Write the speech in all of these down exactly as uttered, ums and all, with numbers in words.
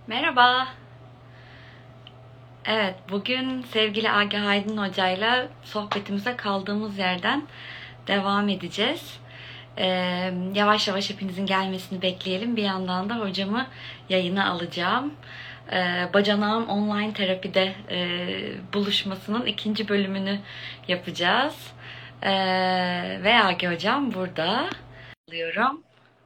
Merhaba. Evet, bugün sevgili Agah Aydın Hoca'yla sohbetimize kaldığımız yerden devam edeceğiz. Ee, yavaş yavaş hepinizin gelmesini bekleyelim. Bir yandan da hocamı yayına alacağım. Ee, Bacanağım online terapide e, buluşmasının ikinci bölümünü yapacağız. Ee, ve Agah Hocam burada. Alıyorum.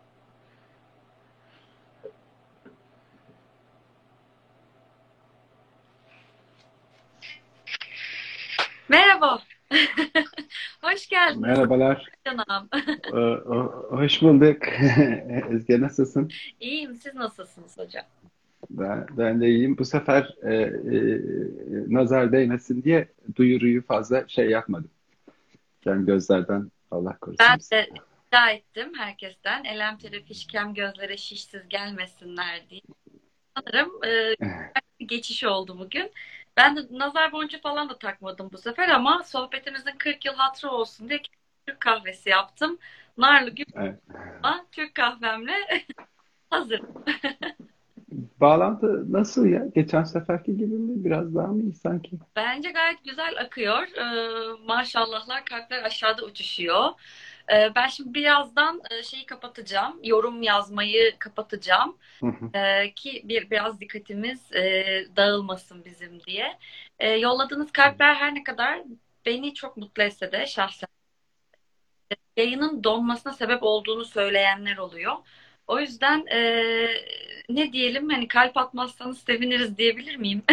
Merhaba. Hoş geldiniz Merhabalar. Bacanağım. Ee, o- Hoş bulduk. Ezgi nasılsın? İyiyim. Siz nasılsınız hocam? Ben, ben de iyiyim. Bu sefer e, e, nazar değmesin diye duyuruyu fazla şey yapmadım. Yani gözlerden Allah Ben korusun bizi. de rica ettim herkesten elem teri fişkem gözlere şişsiz gelmesinler diye. Sanırım e, bir geçiş oldu bugün. Ben de nazar boncuğu falan da takmadım bu sefer ama sohbetimizin kırk yıl hatırı olsun diye Türk kahvesi yaptım. Narlı gibi Evet. ama Türk kahvemle hazır. Bağlantı nasıl ya? Geçen seferki gibi mi? Biraz daha mı iyi sanki? Bence gayet güzel akıyor. Ee, maşallahlar kalpler aşağıda uçuşuyor. Ee, ben şimdi birazdan e, şeyi kapatacağım. Yorum yazmayı kapatacağım. Hı hı. Ee, ki bir biraz dikkatimiz e, dağılmasın bizim diye. Ee, yolladığınız kalpler her ne kadar beni çok mutlu etse de şahsen yayının donmasına sebep olduğunu söyleyenler oluyor. O yüzden e, ne diyelim hani kalp atmazsanız seviniriz diyebilir miyim?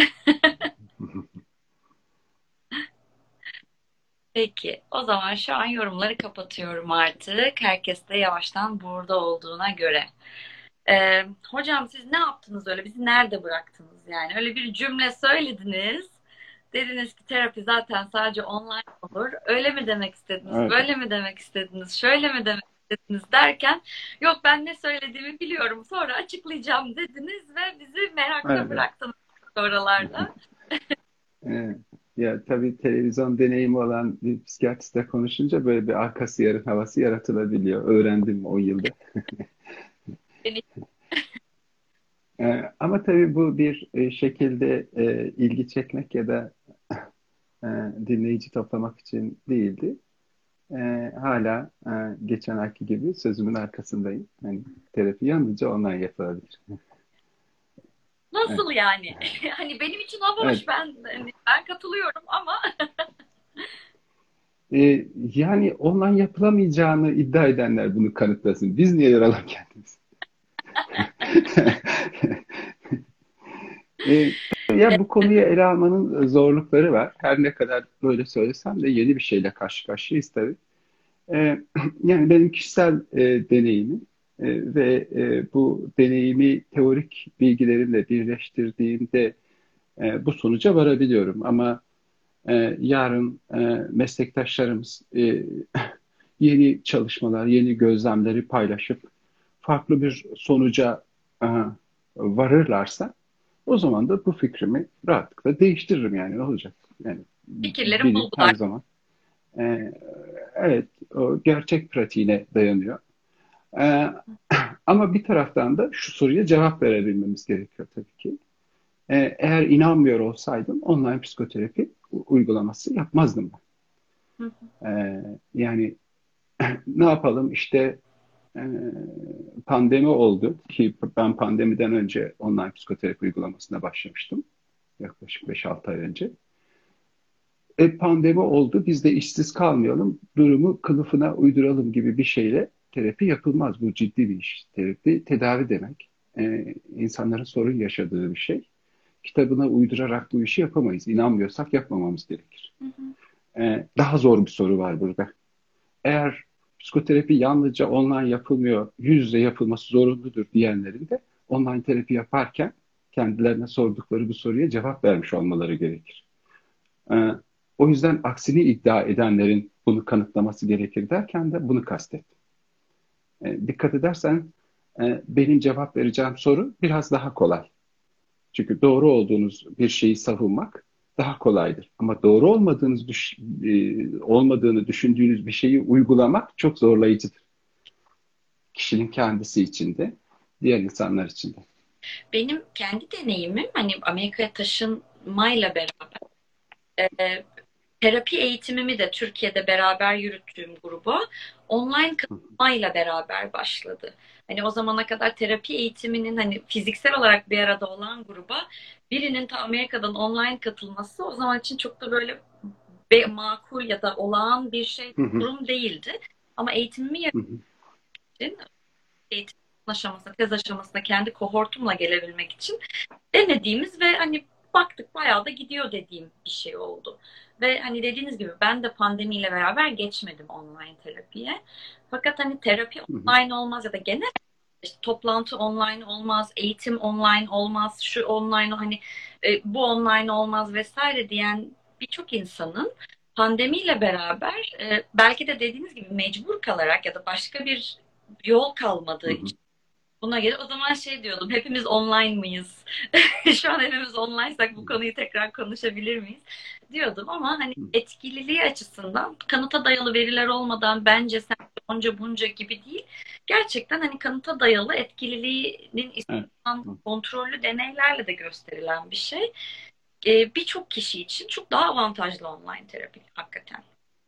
Peki, o zaman şu an yorumları kapatıyorum artık. Herkes de yavaştan burada olduğuna göre. Ee, hocam siz ne yaptınız öyle? Bizi nerede bıraktınız yani? Öyle bir cümle söylediniz. Dediniz ki terapi zaten sadece online olur. Öyle mi demek istediniz? Evet. Böyle mi demek istediniz? Şöyle mi demek istediniz derken yok ben ne söylediğimi biliyorum. Sonra açıklayacağım dediniz ve bizi merakla Evet. bıraktınız oralarda. Evet. Ya tabii televizyon deneyimi olan bir psikiyatristle konuşunca böyle bir arkası yarın havası yaratılabiliyor. Öğrendim o yılda. Beni Ee, ama tabii bu bir e, şekilde e, ilgi çekmek ya da e, dinleyici toplamak için değildi. E, hala e, geçen ayki gibi sözümün arkasındayım. Yani terapi yalnızca online yapılabilir. Evet, nasıl yani? Hani benim için o evet. boş. Ben hani ben katılıyorum ama E, yani online yapılamayacağını iddia edenler bunu kanıtlasın. Biz niye yoralım kendimizi? E, ya bu konuyu ele almanın zorlukları var. Her ne kadar böyle söylesem de yeni bir şeyle karşı karşıyayız tabii. E, yani benim kişisel e, deneyimim e, ve e, bu deneyimi teorik bilgilerimle birleştirdiğimde e, bu sonuca varabiliyorum. Ama e, yarın e, meslektaşlarımız e, yeni çalışmalar, yeni gözlemleri paylaşıp farklı bir sonuca e, varırlarsa o zaman da bu fikrimi rahatlıkla değiştiririm yani ne olacak? Yani fikirlerim bilim her buldular. zaman e, evet o gerçek pratiğine dayanıyor. E, ama bir taraftan da şu soruya cevap verebilmemiz gerekiyor tabii ki. E, eğer inanmıyor olsaydım online psikoterapi u- uygulaması yapmazdım Hı hı. ben. E, yani ne yapalım işte e, pandemi oldu ki ben pandemiden önce online psikoterapi uygulamasına başlamıştım. Yaklaşık beş altı ay önce. E, pandemi oldu biz de işsiz kalmayalım durumu kılıfına uyduralım gibi bir şeyle terapi yapılmaz. Bu ciddi bir iş. Terapi tedavi demek. E, insanların sorun yaşadığı bir şey. Kitabına uydurarak bu işi yapamayız. İnanmıyorsak yapmamamız gerekir. Hı hı. E, daha zor bir soru var burada. Eğer psikoterapi yalnızca online yapılmıyor, yüz yüze yapılması zorunludur diyenlerin de online terapi yaparken kendilerine sordukları bu soruya cevap vermiş olmaları gerekir. Ee, o yüzden aksini iddia edenlerin bunu kanıtlaması gerekir derken de bunu kastettim. Ee, dikkat edersen e, benim cevap vereceğim soru biraz daha kolay. Çünkü doğru olduğunuz bir şeyi savunmak daha kolaydır. Ama doğru olmadığınız düş- e, olmadığını düşündüğünüz bir şeyi uygulamak çok zorlayıcıdır. Kişinin kendisi için de, diğer insanlar için de. Benim kendi deneyimim hani Amerika'ya taşınmayla beraber e, terapi eğitimimi de Türkiye'de beraber yürüttüğüm gruba online katılmayla beraber başladı. Hani o zamana kadar terapi eğitiminin hani fiziksel olarak bir arada olan gruba birinin ta Amerika'dan online katılması o zaman için çok da böyle be- makul ya da olağan bir şey Hı hı, durum değildi. Ama eğitimimi hı hı, için eğitim aşamasında, tez aşamasında kendi kohortumla gelebilmek için denediğimiz ve hani baktık bayağı da gidiyor dediğim bir şey oldu. Ve hani dediğiniz gibi ben de pandemiyle beraber geçmedim online terapiye. Fakat hani terapi hı hı, online olmaz ya da genel işte toplantı online olmaz, eğitim online olmaz, şu online hani e, bu online olmaz vesaire diyen birçok insanın pandemiyle beraber e, belki de dediğiniz gibi mecbur kalarak ya da başka bir yol kalmadığı hı hı, için buna gelir. O zaman şey diyordum, hepimiz online mıyız? Şu an hepimiz onlinesak bu konuyu tekrar konuşabilir miyiz? Diyordum ama hani hı. etkililiği açısından kanıta dayalı veriler olmadan bence sen onca bunca gibi değil. Gerçekten hani kanıta dayalı etkililiğinin Evet. istisnan Hı. kontrollü deneylerle de gösterilen bir şey. Ee, birçok kişi için çok daha avantajlı online terapi hakikaten.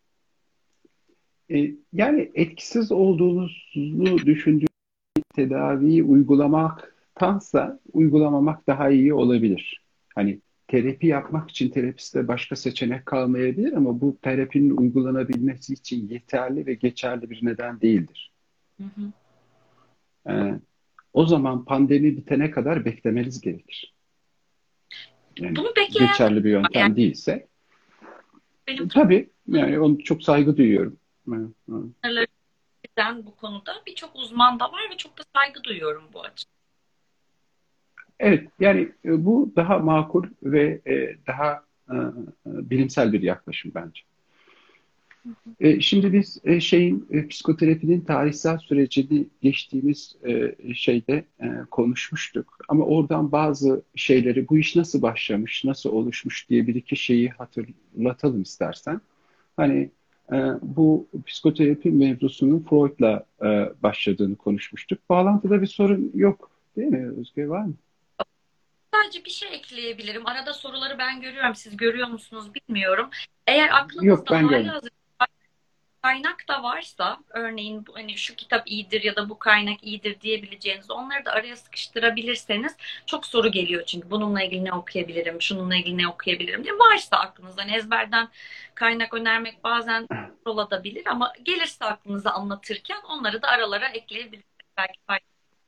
E, yani etkisiz olduğunuzu düşündüğünüz tedaviyi uygulamaktansa uygulamamak daha iyi olabilir. Hani terapi yapmak için terapiste başka seçenek kalmayabilir ama bu terapinin uygulanabilmesi için yeterli ve geçerli bir neden değildir. Hı hı. E, O zaman pandemi bitene kadar beklemeniz gerekir. Yani Bunu bekleyen geçerli bir yani yöntem değilse. benim E, tabii yani onu çok saygı duyuyorum. Evet, evet. tanıdıklarım bu konuda birçok uzman da var ve çok da saygı duyuyorum bu açıdan. Evet, yani e, bu daha makul ve e, daha e, e, bilimsel bir yaklaşım bence. E, şimdi biz e, şeyin e, psikoterapinin tarihsel sürecini geçtiğimiz e, şeyde e, konuşmuştuk. Ama oradan bazı şeyleri bu iş nasıl başlamış, nasıl oluşmuş diye bir iki şeyi hatırlatalım istersen. Hani e, bu psikoterapi mevzusunun Freud'la e, başladığını konuşmuştuk. Bağlantıda bir sorun yok, değil mi Özge, var mı? Sadece bir şey ekleyebilirim. Arada soruları ben görüyorum. Siz görüyor musunuz bilmiyorum. Eğer Yok, aklınızda ben hali görmedim. hazır kaynak da varsa, örneğin bu- hani şu kitap iyidir ya da bu kaynak iyidir diyebileceğiniz onları da araya sıkıştırabilirseniz çok soru geliyor çünkü bununla ilgili ne okuyabilirim, şununla ilgili ne okuyabilirim diye varsa aklınızda hani ezberden kaynak önermek bazen olabilir ama gelirse aklınıza anlatırken onları da aralara ekleyebilirsiniz. Belki faydalı.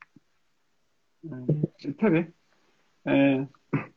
E, tabii. E,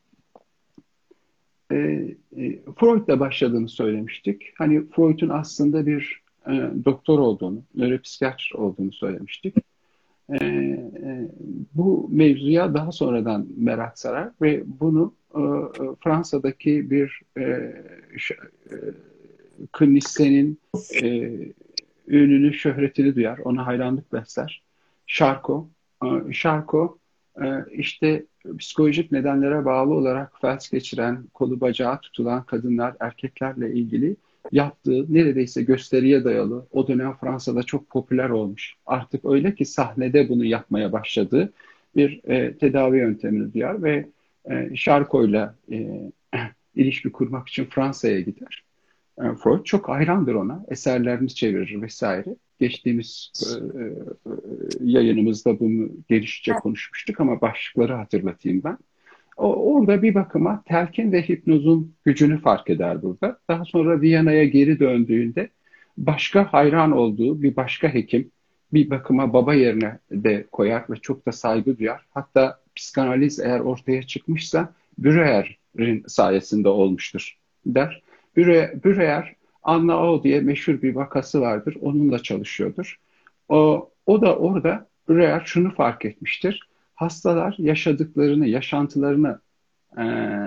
e, e, Freud'la başladığını söylemiştik. Hani Freud'un aslında bir e, doktor olduğunu, nöropsikiyatr olduğunu söylemiştik. E, e, Bu mevzuya daha sonradan merak sarar ve bunu e, e, Fransa'daki bir e, ş- e, klinisyenin e, ününü, şöhretini duyar, ona hayranlık besler. Charcot. E, Charcot e, işte psikolojik nedenlere bağlı olarak felç geçiren, kolu bacağı tutulan kadınlar, erkeklerle ilgili yaptığı neredeyse gösteriye dayalı, o dönem Fransa'da çok popüler olmuş. Artık öyle ki sahnede bunu yapmaya başladığı bir e, tedavi yöntemini duyar ve e, Charcot'la e, ilişki kurmak için Fransa'ya gider. E, Freud çok hayrandır ona. Eserlerini çevirir vesaire. Geçtiğimiz e, e, yayınımızda bunu genişçe konuşmuştuk ama başlıkları hatırlatayım ben. O, orada bir bakıma telkin ve hipnozun gücünü fark eder burada. Daha sonra Viyana'ya geri döndüğünde başka hayran olduğu bir başka hekim bir bakıma baba yerine de koyar ve çok da saygı duyar. Hatta psikanaliz eğer ortaya çıkmışsa Breuer'in sayesinde olmuştur der. Breuer, Breuer Anna O diye meşhur bir vakası vardır. Onunla çalışıyordur. O, o da orada Breuer şunu fark etmiştir. Hastalar yaşadıklarını, yaşantılarını e,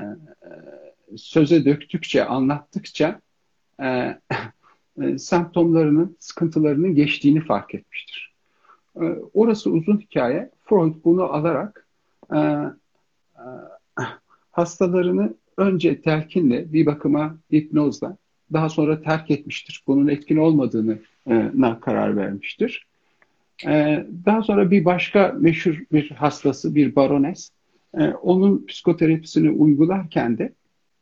söze döktükçe, anlattıkça e, e, semptomlarının, sıkıntılarının geçtiğini fark etmiştir. E, orası uzun hikaye. Freud bunu alarak e, e, hastalarını önce telkinle, bir bakıma hipnozla, daha sonra terk etmiştir. Bunun etkin olmadığını e, karar vermiştir. E, daha sonra bir başka meşhur bir hastası, bir barones, E, onun psikoterapisini uygularken de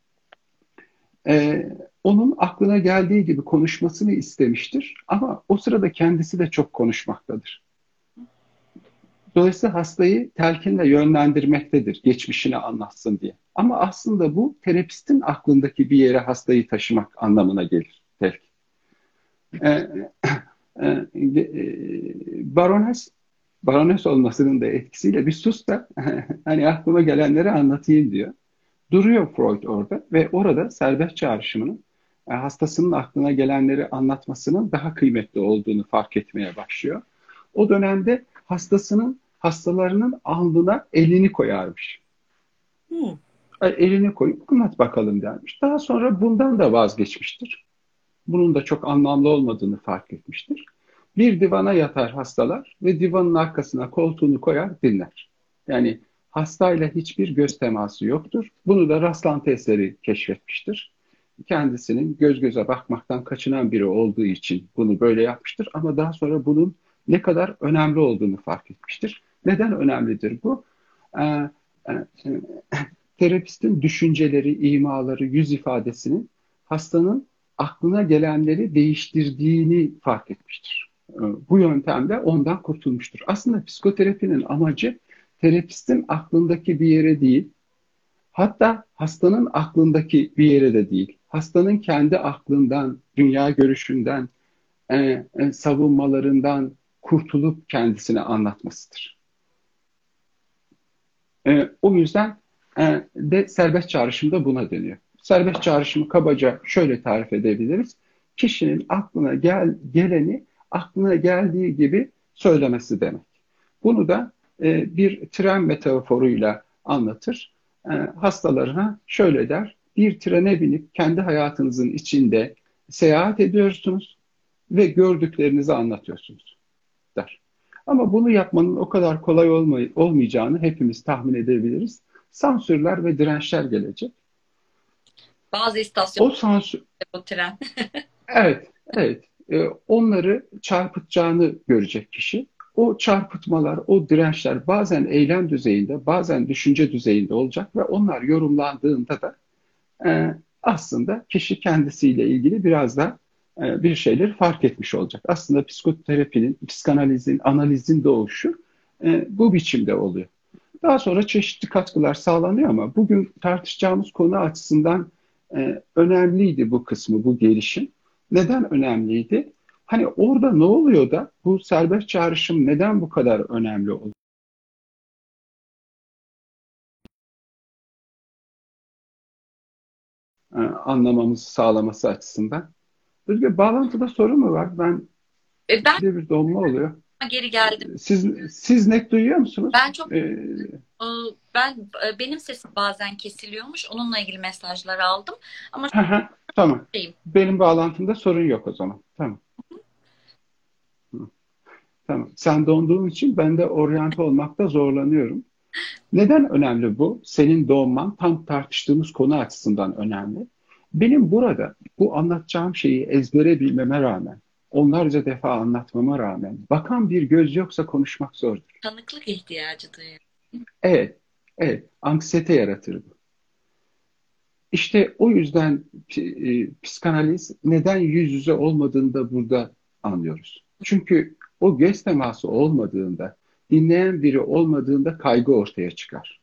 e, onun aklına geldiği gibi konuşmasını istemiştir. Ama o sırada kendisi de çok konuşmaktadır. Dolayısıyla hastayı telkinle yönlendirmektedir, geçmişini anlatsın diye. Ama aslında bu terapistin aklındaki bir yere hastayı taşımak anlamına gelir. Telkin. E, e, e, Barones, Barones olmasının da etkisiyle bir sus da hani aklıma gelenleri anlatayım diyor. Duruyor Freud orada ve orada serbest çağrışımının e, hastasının aklına gelenleri anlatmasının daha kıymetli olduğunu fark etmeye başlıyor. O dönemde hastasının hastalarının alnına elini koyarmış. Hmm. E, Elini koyup anlat bakalım dermiş. Daha sonra bundan da vazgeçmiştir. Bunun da çok anlamlı olmadığını fark etmiştir. Bir divana yatar hastalar ve divanın arkasına koltuğunu koyar dinler. Yani hastayla hiçbir göz teması yoktur. Bunu da rastlantı eseri keşfetmiştir. Kendisinin göz göze bakmaktan kaçınan biri olduğu için bunu böyle yapmıştır. Ama daha sonra bunun ne kadar önemli olduğunu fark etmiştir. Neden önemlidir bu? Ee, e, e, Terapistin düşünceleri, imaları, yüz ifadesinin hastanın aklına gelenleri değiştirdiğini fark etmiştir. Ee, Bu yöntemle ondan kurtulmuştur. Aslında psikoterapinin amacı terapistin aklındaki bir yere değil, hatta hastanın aklındaki bir yere de değil, hastanın kendi aklından, dünya görüşünden, e, e, savunmalarından kurtulup kendisine anlatmasıdır. E, o yüzden e, de serbest çağrışım da buna dönüyor. Serbest çağrışımı kabaca şöyle tarif edebiliriz. Kişinin aklına gel, geleni aklına geldiği gibi söylemesi demek. Bunu da e, bir tren metaforuyla anlatır. E, hastalarına şöyle der. Bir trene binip kendi hayatınızın içinde seyahat ediyorsunuz ve gördüklerinizi anlatıyorsunuz der. Ama bunu yapmanın o kadar kolay olmay olmayacağını hepimiz tahmin edebiliriz. Sansürler ve dirençler gelecek. Bazı O istasyonda sansür, bu tren. evet, evet, e, onları çarpıtacağını görecek kişi. O çarpıtmalar, o dirençler bazen eylem düzeyinde, bazen düşünce düzeyinde olacak ve onlar yorumlandığında da e, aslında kişi kendisiyle ilgili biraz da e, bir şeyleri fark etmiş olacak. Aslında psikoterapinin, psikanalizin, analizin doğuşu e, bu biçimde oluyor. Daha sonra çeşitli katkılar sağlanıyor ama bugün tartışacağımız konu açısından e, önemliydi bu kısmı, bu gelişim. Neden önemliydi? Hani orada ne oluyor da bu serbest çağrışım neden bu kadar önemli oluyor? E, anlamamızı sağlaması açısından. Özgür, bağlantıda sorun mu var? Ben E, ben ikide bir donma oluyor. geri geldim. Siz siz net duyuyor musunuz? Ben çok Ee, e, ben e, benim sesim bazen kesiliyormuş. Onunla ilgili mesajlar aldım. Ama hı hı, tamam. şeyim. Benim bağlantımda sorun yok o zaman. Tamam. Hı, tamam. Sen donduğun için ben de oryante olmakta zorlanıyorum. Neden önemli bu? Senin doğman tam tartıştığımız konu açısından önemli. Benim burada bu anlatacağım şeyi ezbere bilmeme rağmen, onlarca defa anlatmama rağmen, bakan bir göz yoksa konuşmak zordur. Tanıklık ihtiyacı duyuyorum. Evet, evet. Anksiyete yaratır bu. İşte o yüzden e, psikanaliz neden yüz yüze olmadığını da burada anlıyoruz. Çünkü o göz teması olmadığında, dinleyen biri olmadığında kaygı ortaya çıkar.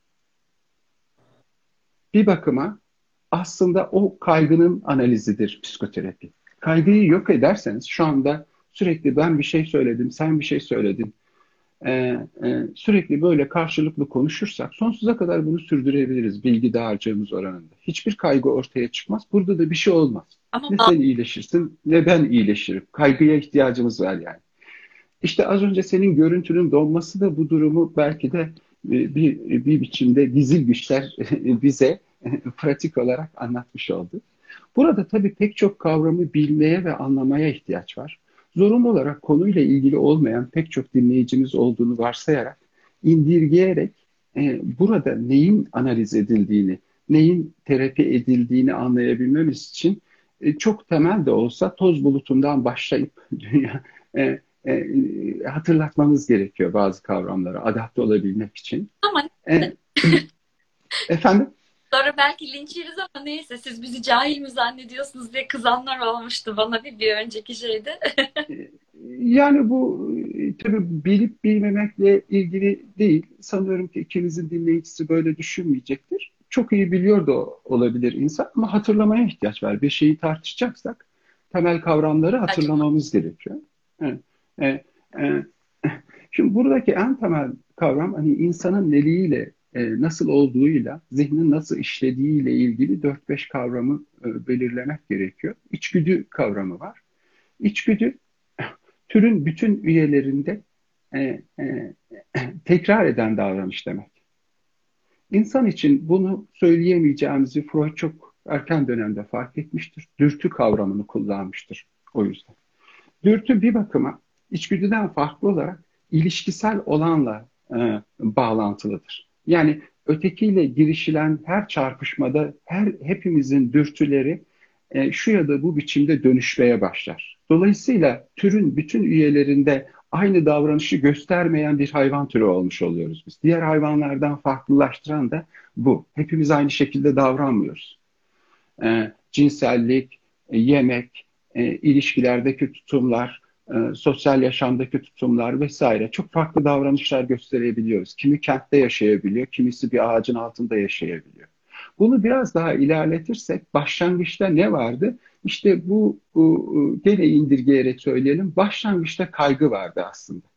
Bir bakıma aslında o kaygının analizidir psikoterapi. Kaygıyı yok ederseniz şu anda sürekli ben bir şey söyledim, sen bir şey söyledin. Ee, e, sürekli böyle karşılıklı konuşursak sonsuza kadar bunu sürdürebiliriz bilgi dağarcığımız oranında. Hiçbir kaygı ortaya çıkmaz. Burada da bir şey olmaz. Ama Ne ba- sen iyileşirsin ne ben iyileşirim. Kaygıya ihtiyacımız var yani. İşte az önce senin görüntünün donması da bu durumu belki de e, bir, bir biçimde gizil güçler bize pratik olarak anlatmış oldu. Burada tabii pek çok kavramı bilmeye ve anlamaya ihtiyaç var. Zorunlu olarak konuyla ilgili olmayan pek çok dinleyicimiz olduğunu varsayarak, indirgeyerek e, burada neyin analiz edildiğini, neyin terapi edildiğini anlayabilmemiz için e, çok temel de olsa toz bulutundan başlayıp dünya, e, e, hatırlatmamız gerekiyor bazı kavramları adapte olabilmek için. ama E, Efendim? Sonra belki linç yeriz ama neyse, siz bizi cahil mi zannediyorsunuz diye kızanlar olmuştu bana bir, bir önceki şeyde. Yani bu e, tabii bilip bilmemekle ilgili değil. Sanıyorum ki ikimizin dinleyicisi böyle düşünmeyecektir. Çok iyi biliyor da olabilir insan ama hatırlamaya ihtiyaç var. Bir şeyi tartışacaksak temel kavramları Bence de. hatırlamamız gerekiyor. Evet. E, e, Şimdi buradaki en temel kavram hani insanın neliğiyle, e, nasıl olduğuyla, zihnin nasıl işlediğiyle ilgili dört beş kavramı e, belirlemek gerekiyor. İçgüdü kavramı var. İçgüdü türün bütün üyelerinde e, e, tekrar eden davranış demek. İnsan için bunu söyleyemeyeceğimizi Freud çok erken dönemde fark etmiştir. Dürtü kavramını kullanmıştır o yüzden. Dürtü bir bakıma içgüdüden farklı olarak ilişkisel olanla e, bağlantılıdır. Yani ötekiyle girişilen her çarpışmada her hepimizin dürtüleri e, şu ya da bu biçimde dönüşmeye başlar. Dolayısıyla türün bütün üyelerinde aynı davranışı göstermeyen bir hayvan türü olmuş oluyoruz biz. Diğer hayvanlardan farklılaştıran da bu. Hepimiz aynı şekilde davranmıyoruz. E, cinsellik, e, yemek, e, ilişkilerdeki tutumlar, e, sosyal yaşamdaki tutumlar vesaire çok farklı davranışlar gösterebiliyoruz. Kimi kentte yaşayabiliyor, kimisi bir ağacın altında yaşayabiliyor. Bunu biraz daha ilerletirsek başlangıçta ne vardı? İşte bu, bu gene indirgeyerek söyleyelim. Başlangıçta kaygı vardı aslında.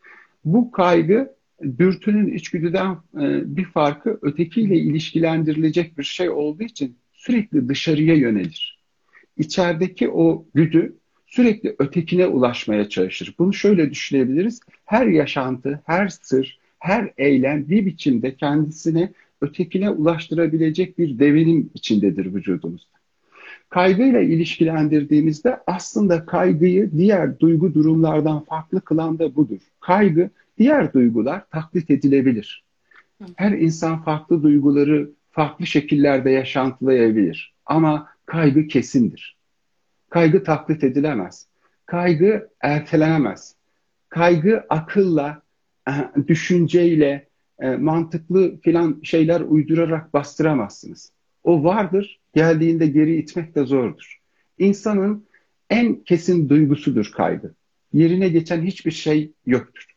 Bu kaygı dürtünün içgüdüden e, bir farkı ötekiyle ilişkilendirilecek bir şey olduğu için sürekli dışarıya yönelir. İçerideki o güdü sürekli ötekine ulaşmaya çalışır. Bunu şöyle düşünebiliriz. Her yaşantı, her sır, her eylem bir biçimde kendisine ötekine ulaştırabilecek bir devinim içindedir vücudumuzda. Kaygıyla ilişkilendirdiğimizde aslında kaygıyı diğer duygu durumlardan farklı kılan da budur. Kaygı, diğer duygular taklit edilebilir. Her insan farklı duyguları farklı şekillerde yaşantılayabilir. Ama kaygı kesindir. Kaygı taklit edilemez. Kaygı ertelenemez. Kaygı akılla, e, düşünceyle, e, mantıklı filan şeyler uydurarak bastıramazsınız. O vardır, geldiğinde geri itmek de zordur. İnsanın en kesin duygusudur kaygı. Yerine geçen hiçbir şey yoktur.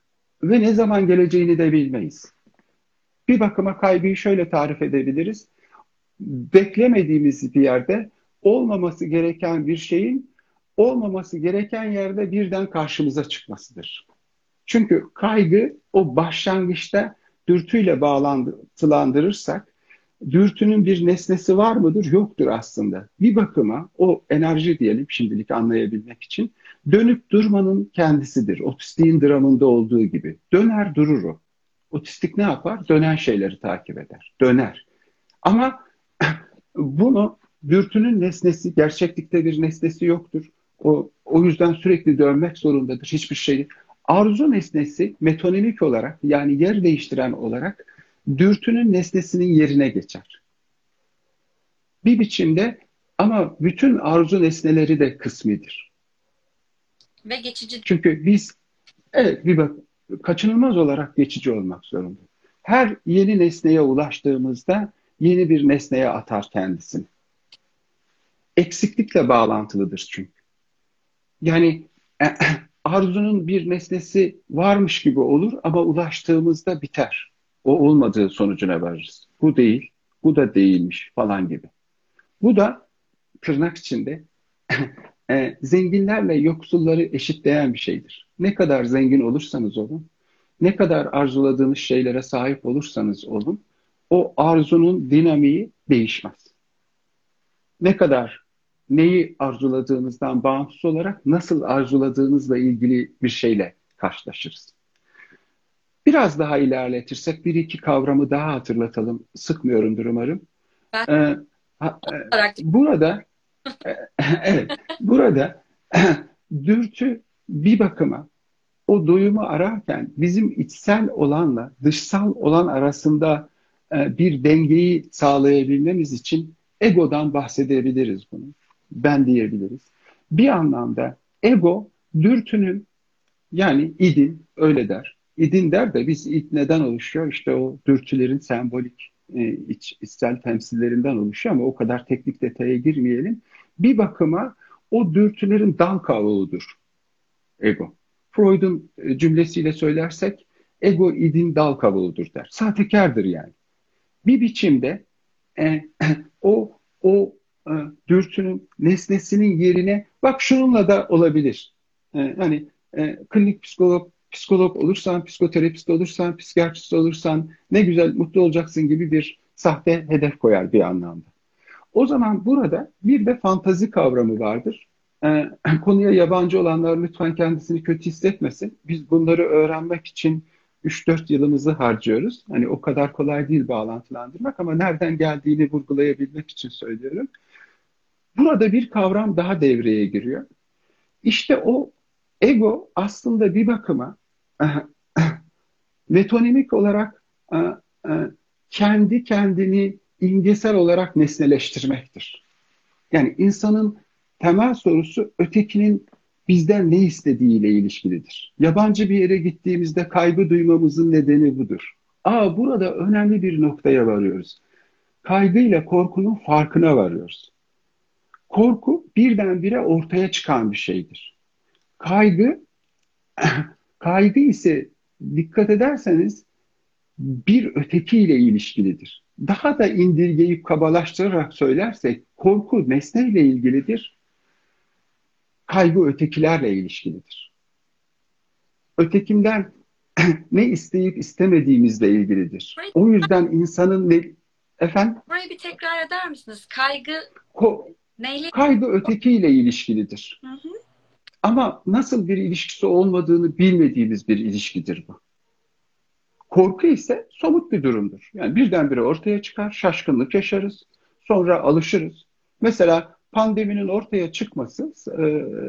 Ve ne zaman geleceğini de bilmeyiz. Bir bakıma kaygıyı şöyle tarif edebiliriz. Beklemediğimiz bir yerde olmaması gereken bir şeyin olmaması gereken yerde birden karşımıza çıkmasıdır. Çünkü kaygı o başlangıçta dürtüyle bağlantılandırırsak dürtünün bir nesnesi var mıdır? Yoktur aslında. Bir bakıma o enerji diyelim şimdilik anlayabilmek için dönüp durmanın kendisidir. Otistiğin dramında olduğu gibi. Döner durur o. Otistik ne yapar? Dönen şeyleri takip eder. Döner. Ama bunu dürtünün nesnesi, gerçeklikte bir nesnesi yoktur. O, o yüzden sürekli dönmek zorundadır hiçbir şeyi. Arzu nesnesi metonimik olarak yani yer değiştiren olarak dürtünün nesnesinin yerine geçer. Bir biçimde ama bütün arzu nesneleri de kısmidir. Ve geçici. Çünkü biz evet bir bak kaçınılmaz olarak geçici olmak zorunda. Her yeni nesneye ulaştığımızda yeni bir nesneye atar kendisini. Eksiklikle bağlantılıdır çünkü. Yani e, arzunun bir nesnesi varmış gibi olur ama ulaştığımızda biter. O olmadığı sonucuna varırız. Bu değil, bu da değilmiş falan gibi. Bu da tırnak içinde e, zenginlerle yoksulları eşitleyen bir şeydir. Ne kadar zengin olursanız olun, ne kadar arzuladığınız şeylere sahip olursanız olun, o arzunun dinamiği değişmez. Ne kadar neyi arzuladığınızdan bağımsız olarak nasıl arzuladığınızla ilgili bir şeyle karşılaşırız. Biraz daha ilerletirsek bir iki kavramı daha hatırlatalım. Sıkmıyorumdur umarım. Ben Ee, ha- e, olarak burada e, evet, burada dürtü bir bakıma o doyumu ararken bizim içsel olanla dışsal olan arasında e, bir dengeyi sağlayabilmemiz için egodan bahsedebiliriz bunu. Ben diyebiliriz. Bir anlamda ego dürtünün yani idin öyle der. İdin der de biz id neden oluşuyor? İşte o dürtülerin sembolik e, iç, içsel temsillerinden oluşuyor ama o kadar teknik detaya girmeyelim. Bir bakıma o dürtülerin dal kavuğudur ego. Freud'un e, cümlesiyle söylersek ego idin dal kavuğudur der. Sahtekardır yani. Bir biçimde e, o o e, dürtünün nesnesinin yerine bak şununla da olabilir. E, hani e, klinik psikolog psikolog olursan, psikoterapist olursan, psikiyatrist olursan ne güzel mutlu olacaksın gibi bir sahte hedef koyar bir anlamda. O zaman burada bir de fantazi kavramı vardır. Ee, konuya yabancı olanlar lütfen kendisini kötü hissetmesin. Biz bunları öğrenmek için üç dört yılımızı harcıyoruz. Hani o kadar kolay değil bağlantılandırmak ama nereden geldiğini vurgulayabilmek için söylüyorum. Burada bir kavram daha devreye giriyor. İşte o ego aslında bir bakıma metonimik olarak e, e, kendi kendini imgesel olarak nesneleştirmektir. Yani insanın temel sorusu ötekinin bizden ne istediğiyle ilişkilidir. Yabancı bir yere gittiğimizde kaygı duymamızın nedeni budur. Aa, burada önemli bir noktaya varıyoruz. Kaygıyla korkunun farkına varıyoruz. Korku birdenbire ortaya çıkan bir şeydir. Kaygı, kaygı ise dikkat ederseniz bir ötekiyle ilişkilidir. Daha da indirgeyip kabalaştırarak söylersek korku nesneyle ilgilidir. Kaygı ötekilerle ilişkilidir. Ötekinden ne isteyip istemediğimizle ilgilidir. Burayı, O yüzden insanın ne, efendim burayı bir tekrar eder misiniz? Kaygı ko, neyle? kaygı ötekiyle ilişkilidir. Hı hı. Ama nasıl bir ilişkisi olmadığını bilmediğimiz bir ilişkidir bu. Korku ise somut bir durumdur. Yani birdenbire ortaya çıkar, şaşkınlık yaşarız, sonra alışırız. Mesela pandeminin ortaya çıkması, e,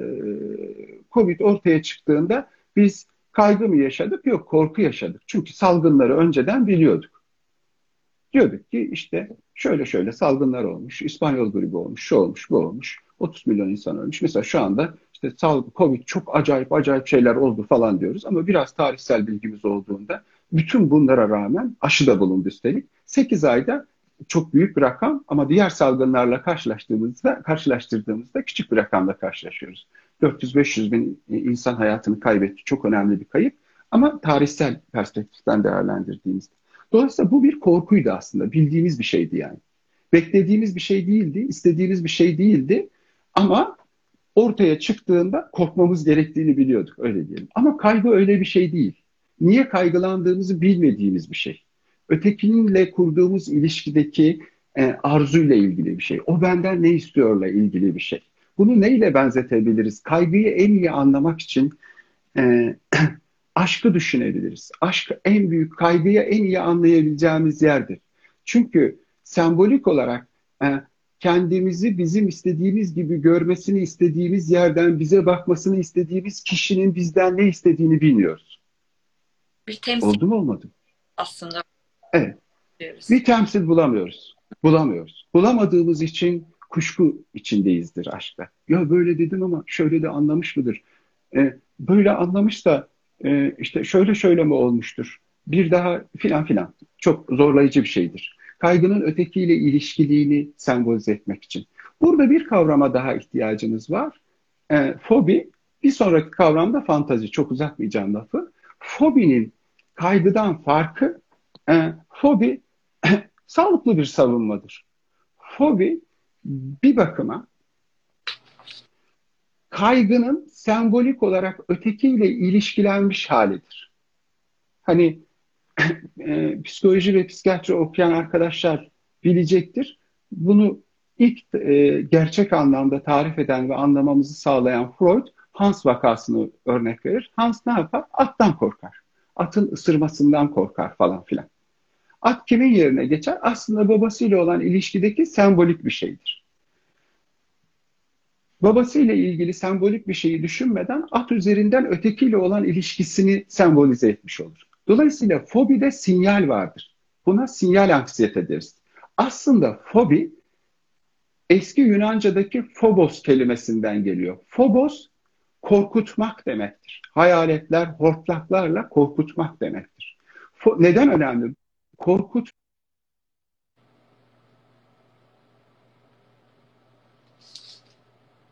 Covid ortaya çıktığında biz kaygı mı yaşadık? Yok, korku yaşadık. Çünkü salgınları önceden biliyorduk. Diyorduk ki işte şöyle şöyle salgınlar olmuş, İspanyol gribi olmuş, şu olmuş, bu olmuş. otuz milyon insan ölmüş. Mesela şu anda işte salgın, Covid çok acayip acayip şeyler oldu falan diyoruz. Ama biraz tarihsel bilgimiz olduğunda bütün bunlara rağmen aşı da bulundu üstelik. sekiz ayda çok büyük bir rakam ama diğer salgınlarla karşılaştığımızda, karşılaştırdığımızda küçük bir rakamla karşılaşıyoruz. dört yüz beş yüz bin insan hayatını kaybetti. Çok önemli bir kayıp. Ama tarihsel perspektiften değerlendirdiğimizde. Dolayısıyla bu bir korkuydu aslında. Bildiğimiz bir şeydi yani. Beklediğimiz bir şey değildi, istediğimiz bir şey değildi. Ama ortaya çıktığında korkmamız gerektiğini biliyorduk, öyle diyelim. Ama kaygı öyle bir şey değil. Niye kaygılandığımızı bilmediğimiz bir şey. Ötekininle kurduğumuz ilişkideki e, arzuyla ilgili bir şey. O benden ne istiyorla ilgili bir şey. Bunu neyle benzetebiliriz? Kaygıyı en iyi anlamak için e, aşkı düşünebiliriz. Aşk en büyük kaygıyı en iyi anlayabileceğimiz yerdir. Çünkü sembolik olarak e, kendimizi bizim istediğimiz gibi görmesini istediğimiz yerden bize bakmasını istediğimiz kişinin bizden ne istediğini bilmiyoruz. Bir temsil Oldu mu olmadı mı? aslında Evet. diyoruz. Bir temsil bulamıyoruz. Bulamıyoruz. Bulamadığımız için kuşku içindeyizdir aşkta. Ya böyle dedim ama şöyle de anlamış mıdır? E, böyle anlamış da e, işte şöyle şöyle mi olmuştur? Bir daha filan filan. Çok zorlayıcı bir şeydir. Kaygının ötekiyle ilişkiliğini sembolize etmek için. Burada bir kavrama daha ihtiyacımız var. E, fobi. Bir sonraki kavram da fantazi. Çok uzatmayacağım lafı. Fobinin kaygıdan farkı e, fobi sağlıklı bir savunmadır. Fobi bir bakıma kaygının sembolik olarak ötekiyle ilişkilenmiş halidir. Hani e, psikoloji ve psikiyatri okuyan arkadaşlar bilecektir. Bunu ilk e, gerçek anlamda tarif eden ve anlamamızı sağlayan Freud, Hans vakasını örnek verir. Hans ne yapar? Attan korkar. Atın ısırmasından korkar falan filan. At kimin yerine geçer? Aslında babasıyla olan ilişkideki sembolik bir şeydir. Babasıyla ilgili sembolik bir şeyi düşünmeden at üzerinden ötekiyle olan ilişkisini sembolize etmiş olur. Dolayısıyla fobide sinyal vardır. Buna sinyal anksiyete deriz. Aslında fobi eski Yunanca'daki phobos kelimesinden geliyor. Phobos korkutmak demektir. Hayaletler, hortlaklarla korkutmak demektir. Fo- neden önemli? Korkut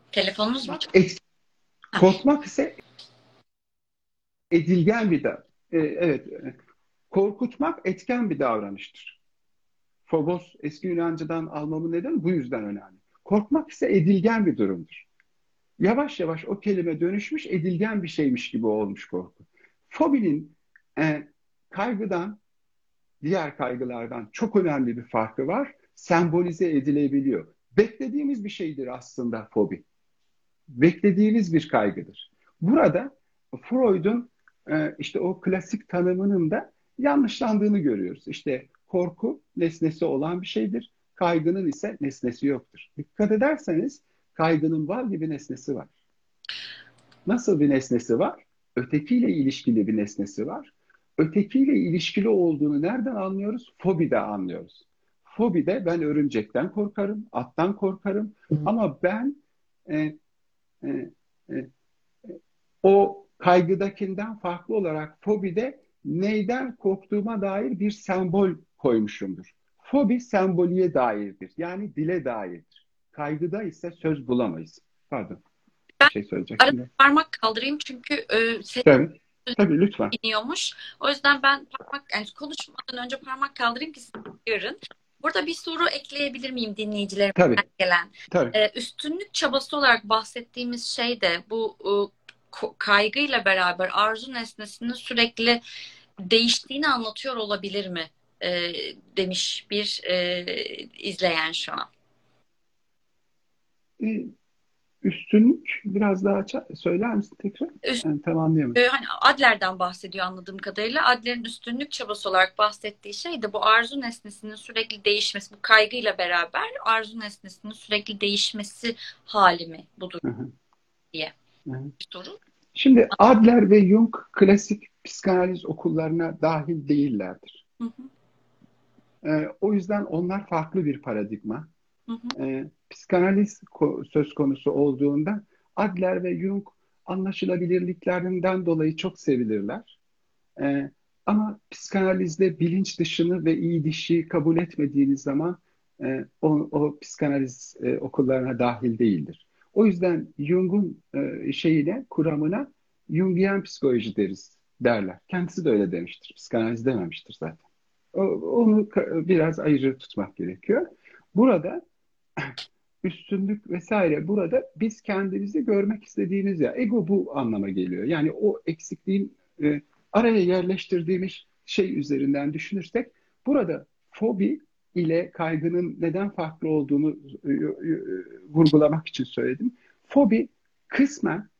Telefonunuz mu Korkmak, çalıyor? et, Ha, korkmak ise edilgen bir da. E, evet, e, korkutmak etken bir davranıştır. Phobos eski Yunanca'dan almamın nedeni bu yüzden önemli. Korkmak ise edilgen bir durumdur. Yavaş yavaş o kelime dönüşmüş, edilgen bir şeymiş gibi olmuş korku. Fobinin e, kaygıdan, diğer kaygılardan çok önemli bir farkı var. Sembolize edilebiliyor. Beklediğimiz bir şeydir aslında fobi. Beklediğimiz bir kaygıdır. Burada Freud'un e, işte o klasik tanımının da yanlışlandığını görüyoruz. İşte korku nesnesi olan bir şeydir. Kaygının ise nesnesi yoktur. Dikkat ederseniz kaygının var gibi nesnesi var. Nasıl bir nesnesi var? Ötekiyle ilişkili bir nesnesi var. Ötekiyle ilişkili olduğunu nereden anlıyoruz? Fobide anlıyoruz. Fobide ben örümcekten korkarım, attan korkarım ama ben e, e, e, o kaygıdakinden farklı olarak fobide neyden korktuğuma dair bir sembol koymuşumdur. Fobi semboliye dairdir. Yani dile dairdir. Kaygıda ise söz bulamayız. Pardon, bir şey arada söyleyecektim. parmak kaldırayım çünkü e, ses Tabii, tabii lütfen. iniyormuş. O yüzden ben parmak, yani konuşmadan önce parmak kaldırayım ki siz görün. Burada bir soru ekleyebilir miyim dinleyicilerimizden Tabii, gelen? tabii. E, üstünlük çabası olarak bahsettiğimiz şey de bu e, ko- kaygıyla beraber arzu nesnesinin sürekli değiştiğini anlatıyor olabilir mi? E, demiş bir e, izleyen şu an. Ee, Üstünlük biraz daha ça- söyler misin tekrar? Yani tam e, anlayamadım. hani Adler'den bahsediyor anladığım kadarıyla. Adler'in üstünlük çabası olarak bahsettiği şey de bu arzu nesnesinin sürekli değişmesi, bu kaygıyla beraber arzu nesnesinin sürekli değişmesi hali mi budur Hı hı, diye hı hı. bir soru. Şimdi Adler ve Jung klasik psikanaliz okullarına dahil değillerdir. Hı hı, Ee, o yüzden onlar farklı bir paradigma. hı hı, Ee, psikanaliz ko- söz konusu olduğunda Adler ve Jung anlaşılabilirliklerinden dolayı çok sevilirler. Ee, ama psikanalizde bilinç dışını ve iyi dişi kabul etmediğiniz zaman e, o, o psikanaliz e, okullarına dahil değildir. O yüzden Jung'un e, şeyine, kuramına Jungian psikoloji deriz derler. Kendisi de öyle demiştir. Psikanaliz dememiştir zaten. O, onu ka- biraz ayrı tutmak gerekiyor. Burada üstünlük vesaire burada biz kendimizi görmek istediğimiz ya ego bu anlama geliyor. Yani o eksikliğin e, araya yerleştirdiğimiz şey üzerinden düşünürsek burada fobi ile kaygının neden farklı olduğunu e, e, vurgulamak için söyledim. Fobi kısmen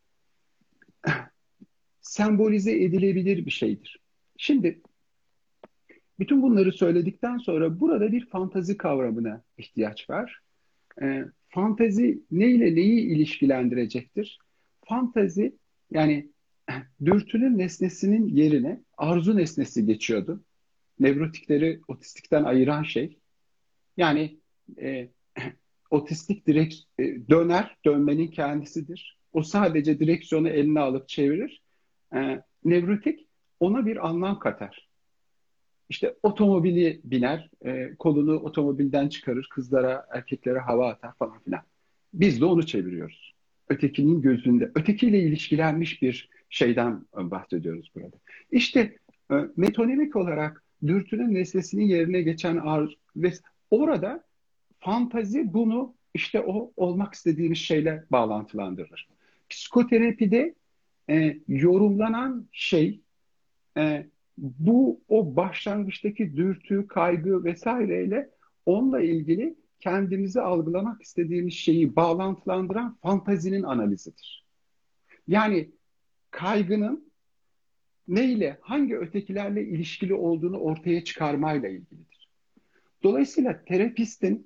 sembolize edilebilir bir şeydir. Şimdi bütün bunları söyledikten sonra burada bir fantazi kavramına ihtiyaç var. E, fantezi neyle neyi ilişkilendirecektir? Fantezi yani dürtünün nesnesinin yerine arzu nesnesi geçiyordu. Nevrotikleri otistikten ayıran şey. Yani e, otistik direkt e, döner, dönmenin kendisidir. O sadece direksiyonu eline alıp çevirir. E, nevrotik ona bir anlam katar. İşte otomobili biner, e, kolunu otomobilden çıkarır, kızlara, erkeklere hava atar falan filan. Biz de onu çeviriyoruz. Ötekinin gözünde, ötekiyle ilişkilenmiş bir şeyden bahsediyoruz burada. İşte e, metonimik olarak dürtünün nesnesinin yerine geçen arzu ve orada fantazi bunu işte o olmak istediğimiz şeyle bağlantılandırır. Psikoterapide e, yorumlanan şey e, bu o başlangıçtaki dürtü, kaygı vesaireyle onunla ilgili kendimizi algılamak istediğimiz şeyi bağlantılandıran fantazinin analizidir. Yani kaygının neyle, hangi ötekilerle ilişkili olduğunu ortaya çıkarmayla ilgilidir. Dolayısıyla terapistin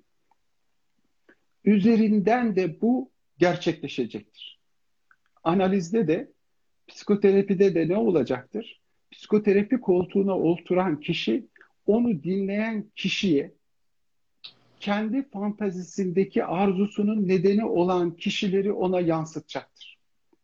üzerinden de bu gerçekleşecektir. Analizde de, psikoterapide de ne olacaktır? Psikoterapi koltuğuna oturan kişi onu dinleyen kişiye kendi fantazisindeki arzusunun nedeni olan kişileri ona yansıtacaktır.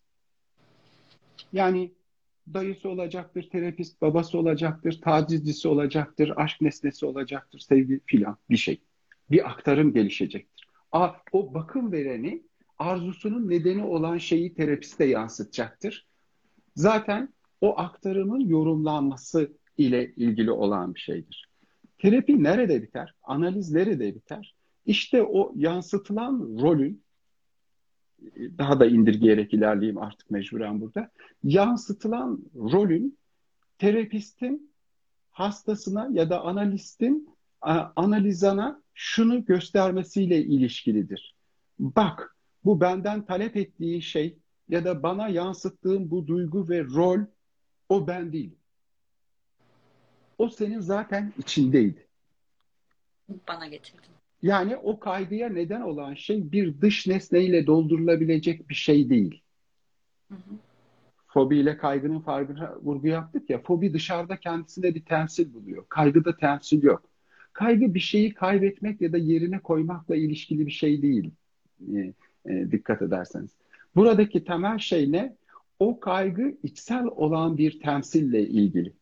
Yani dayısı olacaktır, terapist, babası olacaktır, tacizcisi olacaktır, aşk nesnesi olacaktır, sevgi filan bir şey. Bir aktarım gelişecektir. A, o bakım vereni arzusunun nedeni olan şeyi terapiste yansıtacaktır. Zaten o aktarımın yorumlanması ile ilgili olan bir şeydir. Terapi nerede biter? Analiz nerede biter? İşte o yansıtılan rolün, daha da indirgeyerek ilerleyeyim artık mecburen burada. Yansıtılan rolün terapistin hastasına ya da analistin analizana şunu göstermesiyle ilişkilidir. Bak, bu benden talep ettiği şey ya da bana yansıttığın bu duygu ve rol o ben değilim. O senin zaten içindeydi. Bana getirdin. Yani o kaygıya neden olan şey bir dış nesneyle doldurulabilecek bir şey değil. Hı hı. Fobiyle kaygının farkına vurgu yaptık ya, fobi dışarıda kendisine bir temsil buluyor. Kaygıda temsil yok. Kaygı bir şeyi kaybetmek ya da yerine koymakla ilişkili bir şey değil. E, e, dikkat ederseniz. Buradaki temel şey ne? O kaygı içsel olan bir temsille ilgili.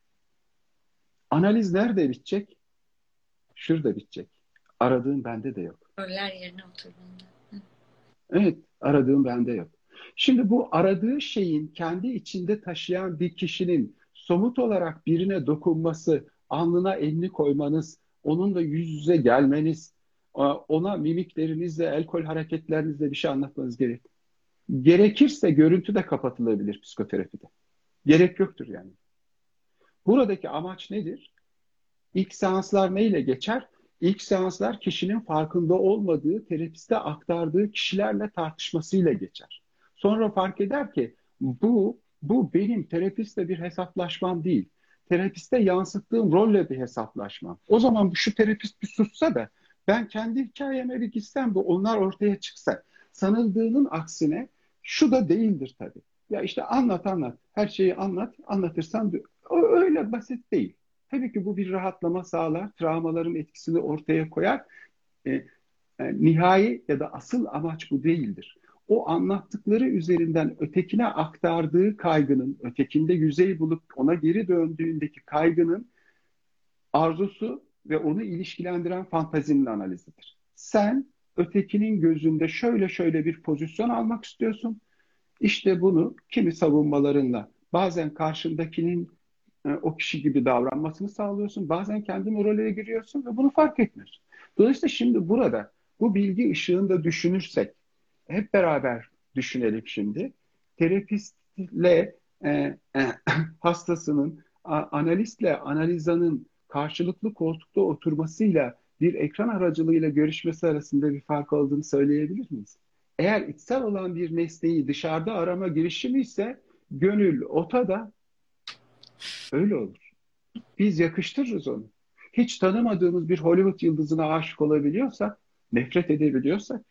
Analiz nerede bitecek? Şurada bitecek. Aradığım bende de yok. Roller yerine oturduğunda. Evet, aradığım bende yok. Şimdi bu aradığı şeyin kendi içinde taşıyan bir kişinin somut olarak birine dokunması, alnına elini koymanız, onunla yüz yüze gelmeniz, ona mimiklerinizle, el kol hareketlerinizle bir şey anlatmanız gerek. Gerekirse görüntü de kapatılabilir psikoterapide. Gerek yoktur yani. Buradaki amaç nedir? İlk seanslar neyle geçer? İlk seanslar kişinin farkında olmadığı, terapiste aktardığı kişilerle tartışmasıyla geçer. Sonra fark eder ki bu, bu benim terapistle bir hesaplaşmam değil. Terapiste yansıttığım rolle bir hesaplaşmam. O zaman şu terapist bir sussa da ben kendi hikayeme bir gitsem de onlar ortaya çıksa. Sanıldığının aksine şu da değildir tabii. Ya işte anlat anlat, her şeyi anlat, anlatırsan öyle basit değil. Tabii ki bu bir rahatlama sağlar, travmaların etkisini ortaya koyar. E, e, nihai ya da asıl amaç bu değildir. O anlattıkları üzerinden ötekine aktardığı kaygının, ötekinde yüzey bulup ona geri döndüğündeki kaygının arzusu ve onu ilişkilendiren fantazinin analizidir. Sen ötekinin gözünde şöyle şöyle bir pozisyon almak istiyorsun. İşte bunu kimi savunmalarınla, bazen karşındakinin e, o kişi gibi davranmasını sağlıyorsun. Bazen kendin o role giriyorsun ve bunu fark etmiyorsun. Dolayısıyla şimdi burada bu bilgi ışığında düşünürsek, hep beraber düşünelim şimdi. Terapistle e, e, hastasının, a, analistle analizanın karşılıklı koltukta oturmasıyla bir ekran aracılığıyla görüşmesi arasında bir fark olduğunu söyleyebilir miyiz? Eğer içsel olan bir nesneyi dışarıda arama girişimi ise gönül ota da öyle olur. Biz yakıştırırız onu. Hiç tanımadığımız bir Hollywood yıldızına aşık olabiliyorsak, nefret edebiliyorsak,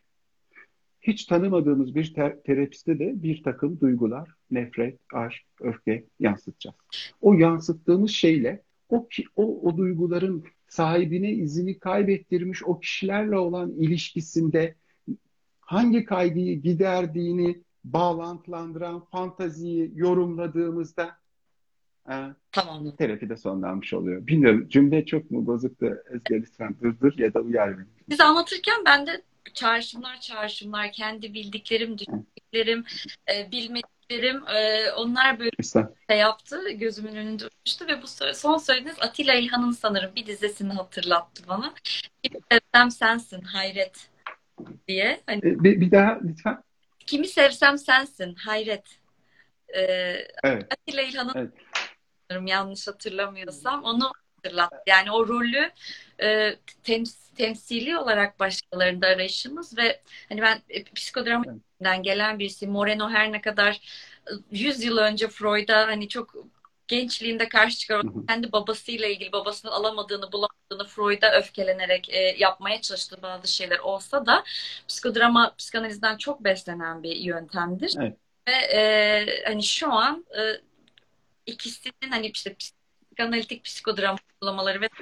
hiç tanımadığımız bir ter terapiste de bir takım duygular, nefret, aşk, öfke yansıtacağız. O yansıttığımız şeyle o, ki, o, o duyguların sahibine izini kaybettirmiş o kişilerle olan ilişkisinde hangi kaygıyı giderdiğini bağlantılandıran fantaziyi yorumladığımızda e, Tamam. terapide sonlanmış oluyor. Bilmiyorum, cümle çok mu bozuktu Ezgi, lütfen durdur ya da uyar beni. Siz anlatırken ben de çağrışımlar çağrışımlar, kendi bildiklerim, düşündüklerim, e, bilmediklerim, e, onlar böyle Lütfen. şey yaptı, gözümün önünde uçuştu ve bu sö- son söylediğiniz Atilla İlhan'ın sanırım bir dizesini hatırlattı bana. Kimi sevsem sensin, hayret diye. Hani, E, bir, bir daha lütfen. kimi sevsem sensin, hayret. E, Evet, Atilla İlhan'ın evet. sanırım, yanlış hatırlamıyorsam onu hatırlattı. Yani o rolü e, tems- temsili olarak başkalarında arayışımız ve hani ben e, psikodramiden gelen birisi, Moreno her ne kadar e, yüz yıl önce Freud'a hani çok gençliğinde karşı çıkar, Hı hı. kendi babasıyla ilgili babasının alamadığını bulamadığını Freud'a öfkelenerek e, yapmaya çalıştığı bazı şeyler olsa da psikodrama psikanalizden çok beslenen bir yöntemdir. Evet. Ve e, hani şu an e, ikisinin hani işte psikanalitik psikodrama uygulamaları ve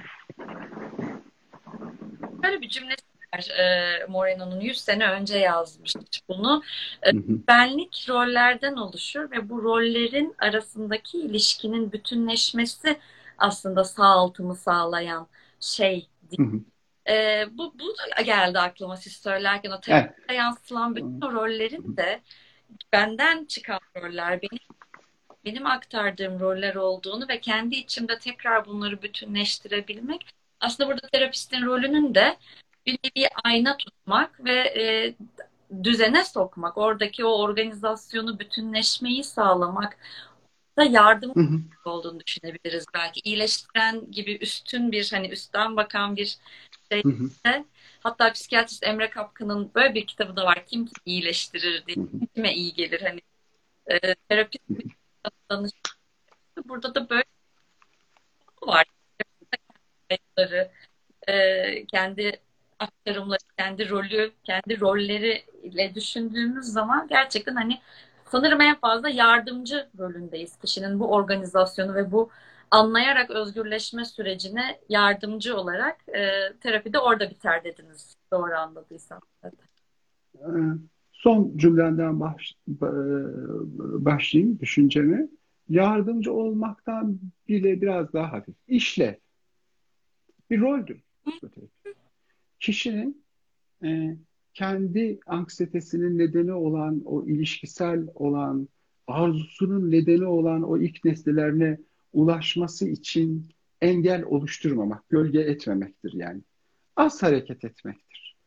böyle bir cümlesi var. E, Moreno'nun yüz sene önce yazmış bunu. E, Hı hı. benlik rollerden oluşur ve bu rollerin arasındaki ilişkinin bütünleşmesi aslında sağaltımı sağlayan şey. Hı hı. E, bu, bu da geldi aklıma siz söylerken. O Evet. terapide yansıtılan bütün o rollerin de benden çıkan roller, benim, benim aktardığım roller olduğunu ve kendi içimde tekrar bunları bütünleştirebilmek. Aslında burada terapistin rolünün de bir nevi ayna tutmak ve e, düzene sokmak, oradaki o organizasyonu, bütünleşmeyi sağlamak da yardım Hı hı. olduğunu düşünebiliriz belki. İyileştiren gibi üstün bir, hani üstten bakan bir şey Hı hı. de. Hatta psikiyatrist Emre Kapkı'nın böyle bir kitabı da var. Kim kimi iyileştirir diye. Hı hı. Kim kime iyi gelir hani. E, terapist mi danışıyor. Burada da böyle bir şey var. Kayıtları, e, kendi aktarımları, kendi rolü, kendi rolleriyle düşündüğümüz zaman gerçekten hani sanırım en fazla yardımcı rolündeyiz. Kişinin bu organizasyonu ve bu anlayarak özgürleşme sürecine yardımcı olarak e, terapide orada biter dediniz. Doğru anladıysam. Zaten. Ee, Son cümlenden baş, başlayayım düşünceme. Yardımcı olmaktan bile biraz daha hafif. İşle bir roldür psikoterapi. Kişinin e, kendi anksiyetesinin nedeni olan, o ilişkisel olan, arzusunun nedeni olan o ilk nesnelerine ulaşması için engel oluşturmamak, gölge etmemektir yani. Az hareket etmektir.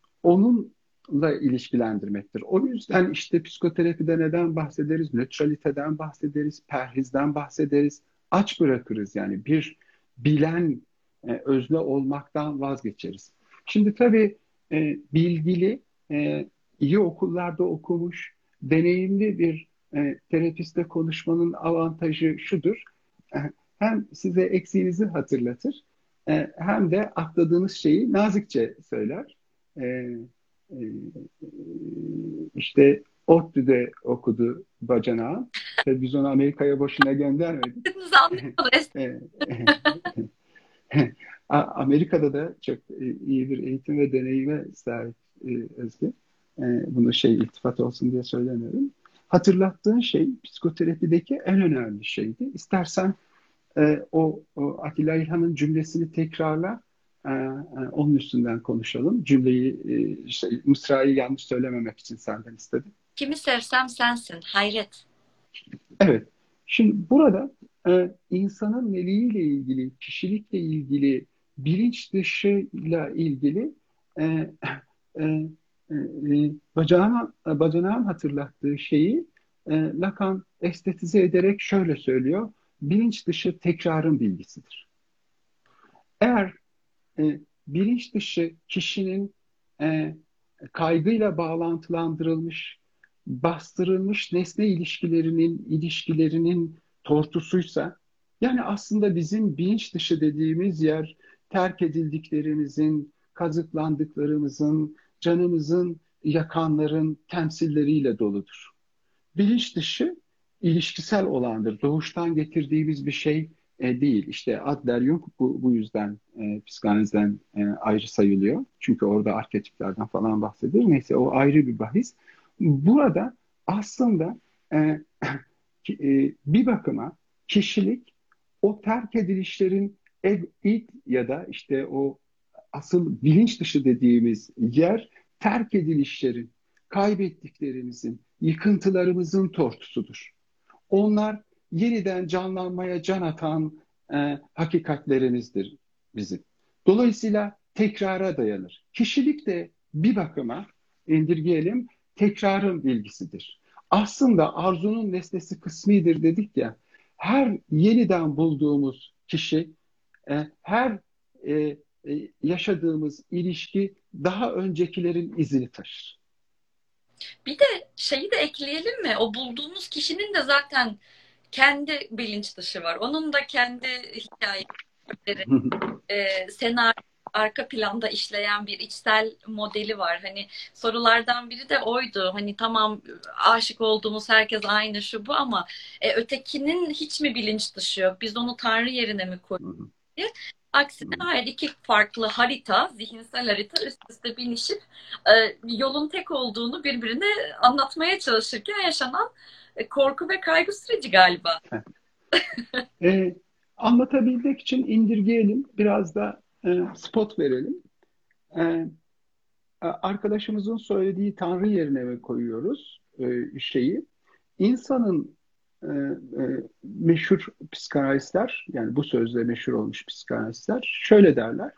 Onunla ilişkilendirmektir. O yüzden işte psikoterapide neden bahsederiz? Nötraliteden bahsederiz, perhizden bahsederiz. Aç bırakırız yani bir bilen e, özne olmaktan vazgeçeriz. Şimdi tabii e, bilgili, e, iyi okullarda okumuş, deneyimli bir e, terapistle konuşmanın avantajı şudur. E, Hem size eksiğinizi hatırlatır, e, hem de atladığınız şeyi nazikçe söyler. E, e, işte ODTÜ'de okudu bacanağım. Tabii biz onu Amerika'ya boşuna göndermedik. Siz anlıyorsunuz. E, Amerika'da da çok e, iyi bir eğitim ve deneyime sahip e, Özge. E, Bunu şey iltifat olsun diye söylemiyorum. Hatırlattığın şey psikoterapideki en önemli şeydi. İstersen e, o, o Atilla İlhan'ın cümlesini tekrarla, e, e, onun üstünden konuşalım. Cümleyi, e, şey, Mısra'yı yanlış söylememek için senden istedim. Kimi sevsem sensin. Hayret. Evet. Şimdi burada e, insanın neliğiyle ilgili, kişilikle ilgili, bilinç dışıyla ilgili e, e, e, e, bacağına, bacanağın hatırlattığı şeyi e, Lacan estetize ederek şöyle söylüyor. Bilinç dışı tekrarın bilgisidir. Eğer e, bilinç dışı kişinin e, kaygıyla bağlantılandırılmış, bastırılmış nesne ilişkilerinin ilişkilerinin tortusuysa, yani aslında bizim bilinç dışı dediğimiz yer terk edildiklerimizin, kazıklandıklarımızın, canımızın yakanların temsilleriyle doludur. Bilinç dışı ilişkisel olandır. Doğuştan getirdiğimiz bir şey e, değil. İşte Adler Jung bu, bu yüzden e, psikanalizden e, ayrı sayılıyor. Çünkü orada arketiplerden falan bahsediyor. Neyse o ayrı bir bahis. Burada aslında e, ki- e, bir bakıma kişilik o terk edilişlerin ed, id ya da işte o asıl bilinç dışı dediğimiz yer terk edilişlerin, kaybettiklerimizin, yıkıntılarımızın tortusudur. Onlar yeniden canlanmaya can atan e, hakikatlerimizdir bizim. Dolayısıyla tekrara dayanır. Kişilik de bir bakıma indirgeyelim tekrarın bilgisidir. Aslında arzunun nesnesi kısmidir dedik ya. Her yeniden bulduğumuz kişi, e, her e, e, yaşadığımız ilişki daha öncekilerin izini taşır. Bir de şeyi de ekleyelim mi? O bulduğumuz kişinin de zaten kendi bilinç dışı var. Onun da kendi hikayeleri, e, senaryo arka planda işleyen bir içsel modeli var. Hani sorulardan biri de oydu. Hani tamam aşık olduğumuz herkes aynı şu bu ama e, ötekinin hiç mi bilinç dışı yok? Biz onu Tanrı yerine mi koyuyoruz diye. Aksine hayır iki farklı harita, zihinsel harita üst üste binişip e, yolun tek olduğunu birbirine anlatmaya çalışırken yaşanan e, korku ve kaygı süreci galiba. E, Anlatabilmek için indirgeyelim, biraz da e, spot verelim. E, Arkadaşımızın söylediği Tanrı yerine mi koyuyoruz e, şeyi? İnsanın e, e, meşhur psikanalistler, yani bu sözle meşhur olmuş psikanalistler şöyle derler.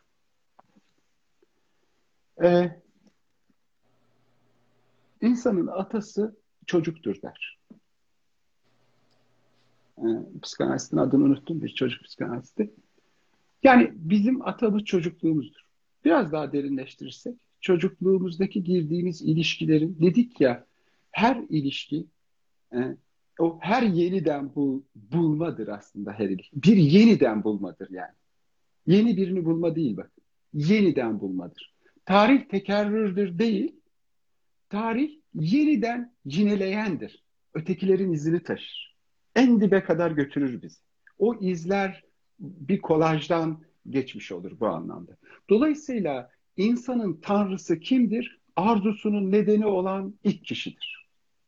E, insanın atası çocuktur der. E, Psikanalistin adını unuttum, bir çocuk psikanalisti. Yani bizim atamız çocukluğumuzdur. Biraz daha derinleştirirsek, çocukluğumuzdaki girdiğimiz ilişkilerin, dedik ya, her ilişki e, o her yeniden bul, bulmadır aslında her ilişki. Bir yeniden bulmadır yani. Yeni birini bulma değil bak. Yeniden bulmadır. Tarih tekerrürdür değil, tarih yeniden yineleyendir. Ötekilerin izini taşır. En dibe kadar götürür bizi. O izler bir kolajdan geçmiş olur bu anlamda. Dolayısıyla insanın tanrısı kimdir? Arzusunun nedeni olan ilk kişidir.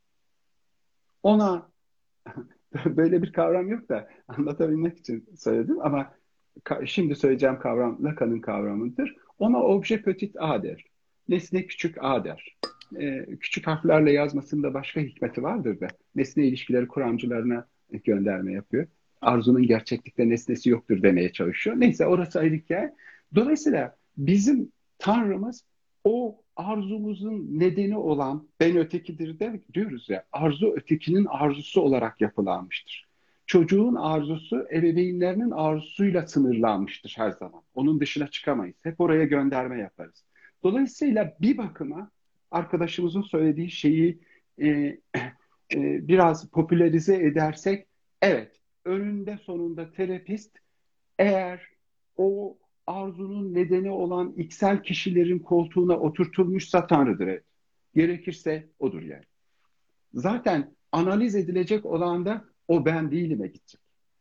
Ona böyle bir kavram yok da anlatabilmek için söyledim ama şimdi söyleyeceğim kavram Lacan'ın kavramıdır. Ona obje petit a der. Nesne küçük a der. Ee, küçük harflerle yazmasında başka hikmeti vardır da nesne ilişkileri kuramcılarına gönderme yapıyor. Arzunun gerçeklikte nesnesi yoktur demeye çalışıyor. Neyse, orası ayrı hikaye. Dolayısıyla bizim Tanrımız o arzumuzun nedeni olan ben ötekidir de diyoruz ya, arzu ötekinin arzusu olarak yapılanmıştır. Çocuğun arzusu ebeveynlerinin arzusuyla sınırlanmıştır her zaman. Onun dışına çıkamayız. Hep oraya gönderme yaparız. Dolayısıyla bir bakıma arkadaşımızın söylediği şeyi e, e, biraz popülerize edersek, evet, önünde sonunda terapist eğer o arzunun nedeni olan içsel kişilerin koltuğuna oturtulmuşsa Tanrı'dır. Evet. Gerekirse odur yani. Zaten analiz edilecek olan da o ben değilime gidecek.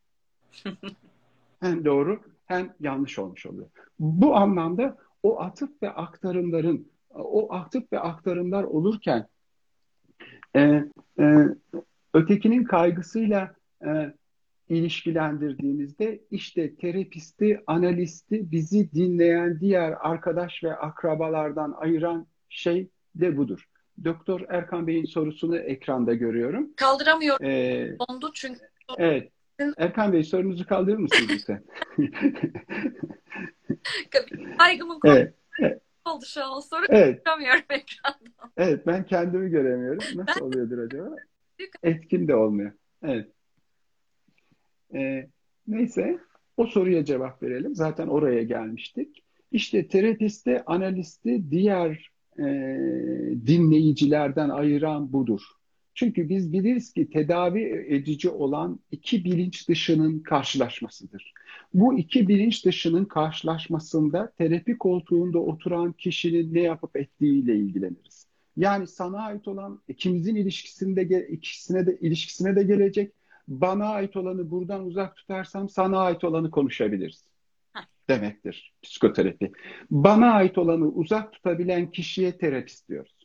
Hem doğru hem yanlış olmuş oluyor. Bu anlamda o atıf ve aktarımların, o atıf ve aktarımlar olurken e, e, ötekinin kaygısıyla e, ilişkilendirdiğimizde işte terapisti, analisti, bizi dinleyen diğer arkadaş ve akrabalardan ayıran şey de budur. Doktor Erkan Bey'in sorusunu ekranda görüyorum. Kaldıramıyorum. Ee, Dondu çünkü. evet. Erkan Bey, sorunuzu kaldırır mısınız lütfen? Kaygımın konu Evet. oldu şu an. Soru Evet. kaldıramıyorum ekranda. Evet. Ben kendimi göremiyorum. Ben Nasıl oluyordur acaba? büyük Etkin de olmuyor. Evet. Ee, neyse, o soruya cevap verelim. Zaten oraya gelmiştik. İşte terapisti, analisti diğer e, dinleyicilerden ayıran budur. Çünkü biz biliriz ki tedavi edici olan iki bilinç dışının karşılaşmasıdır. Bu iki bilinç dışının karşılaşmasında terapi koltuğunda oturan kişinin ne yapıp ettiğiyle ilgileniriz. Yani sana ait olan ikimizin ilişkisinde ikisine de ilişkisine de gelecek. Bana ait olanı buradan uzak tutarsam sana ait olanı konuşabiliriz demektir psikoterapi. Bana ait olanı uzak tutabilen kişiye terapist diyoruz.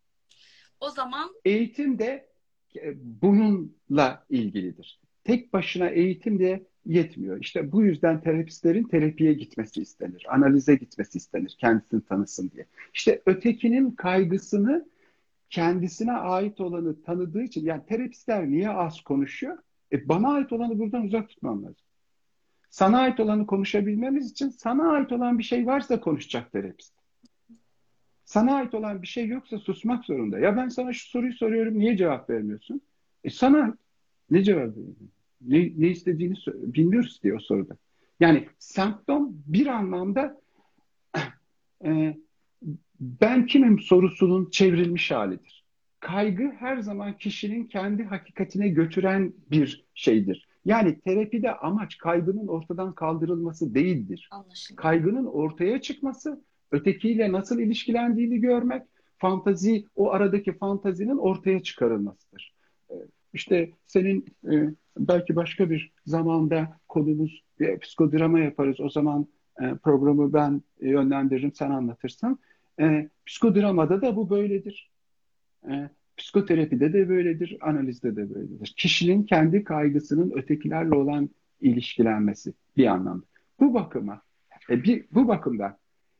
o zaman Eğitim de e, bununla ilgilidir. Tek başına eğitim de yetmiyor. İşte bu yüzden terapistlerin terapiye gitmesi istenir, analize gitmesi istenir, kendisini tanısın diye. İşte ötekinin kaygısını kendisine ait olanı tanıdığı için, yani terapistler niye az konuşuyor? E, bana ait olanı buradan uzak tutmam lazım. Sana ait olanı konuşabilmemiz için sana ait olan bir şey varsa konuşacak terapist. Sana ait olan bir şey yoksa susmak zorunda. Ya ben sana şu soruyu soruyorum, niye cevap vermiyorsun? E sana ne cevap veriyorsun? Ne, ne istediğini bilmiyoruz diye o soruda. Yani semptom bir anlamda e, ben kimim sorusunun çevrilmiş halidir. Kaygı her zaman kişinin kendi hakikatine götüren bir şeydir. Yani terapide amaç kaygının ortadan kaldırılması değildir. anlaşıldı. Kaygının ortaya çıkması, ötekiyle nasıl ilişkilendiğini görmek, fantazi, o aradaki fantazinin ortaya çıkarılmasıdır. Ee, İşte senin e, belki başka bir zamanda konumuz bir psikodrama yaparız. O zaman e, programı ben e, yönlendiririm, sen anlatırsın. E, psikodramada da bu böyledir. E, psikoterapide de böyledir, analizde de böyledir. Kişinin kendi kaygısının ötekilerle olan ilişkilenmesi bir anlamda. Bu bakıma, e, bir, bu bakımdan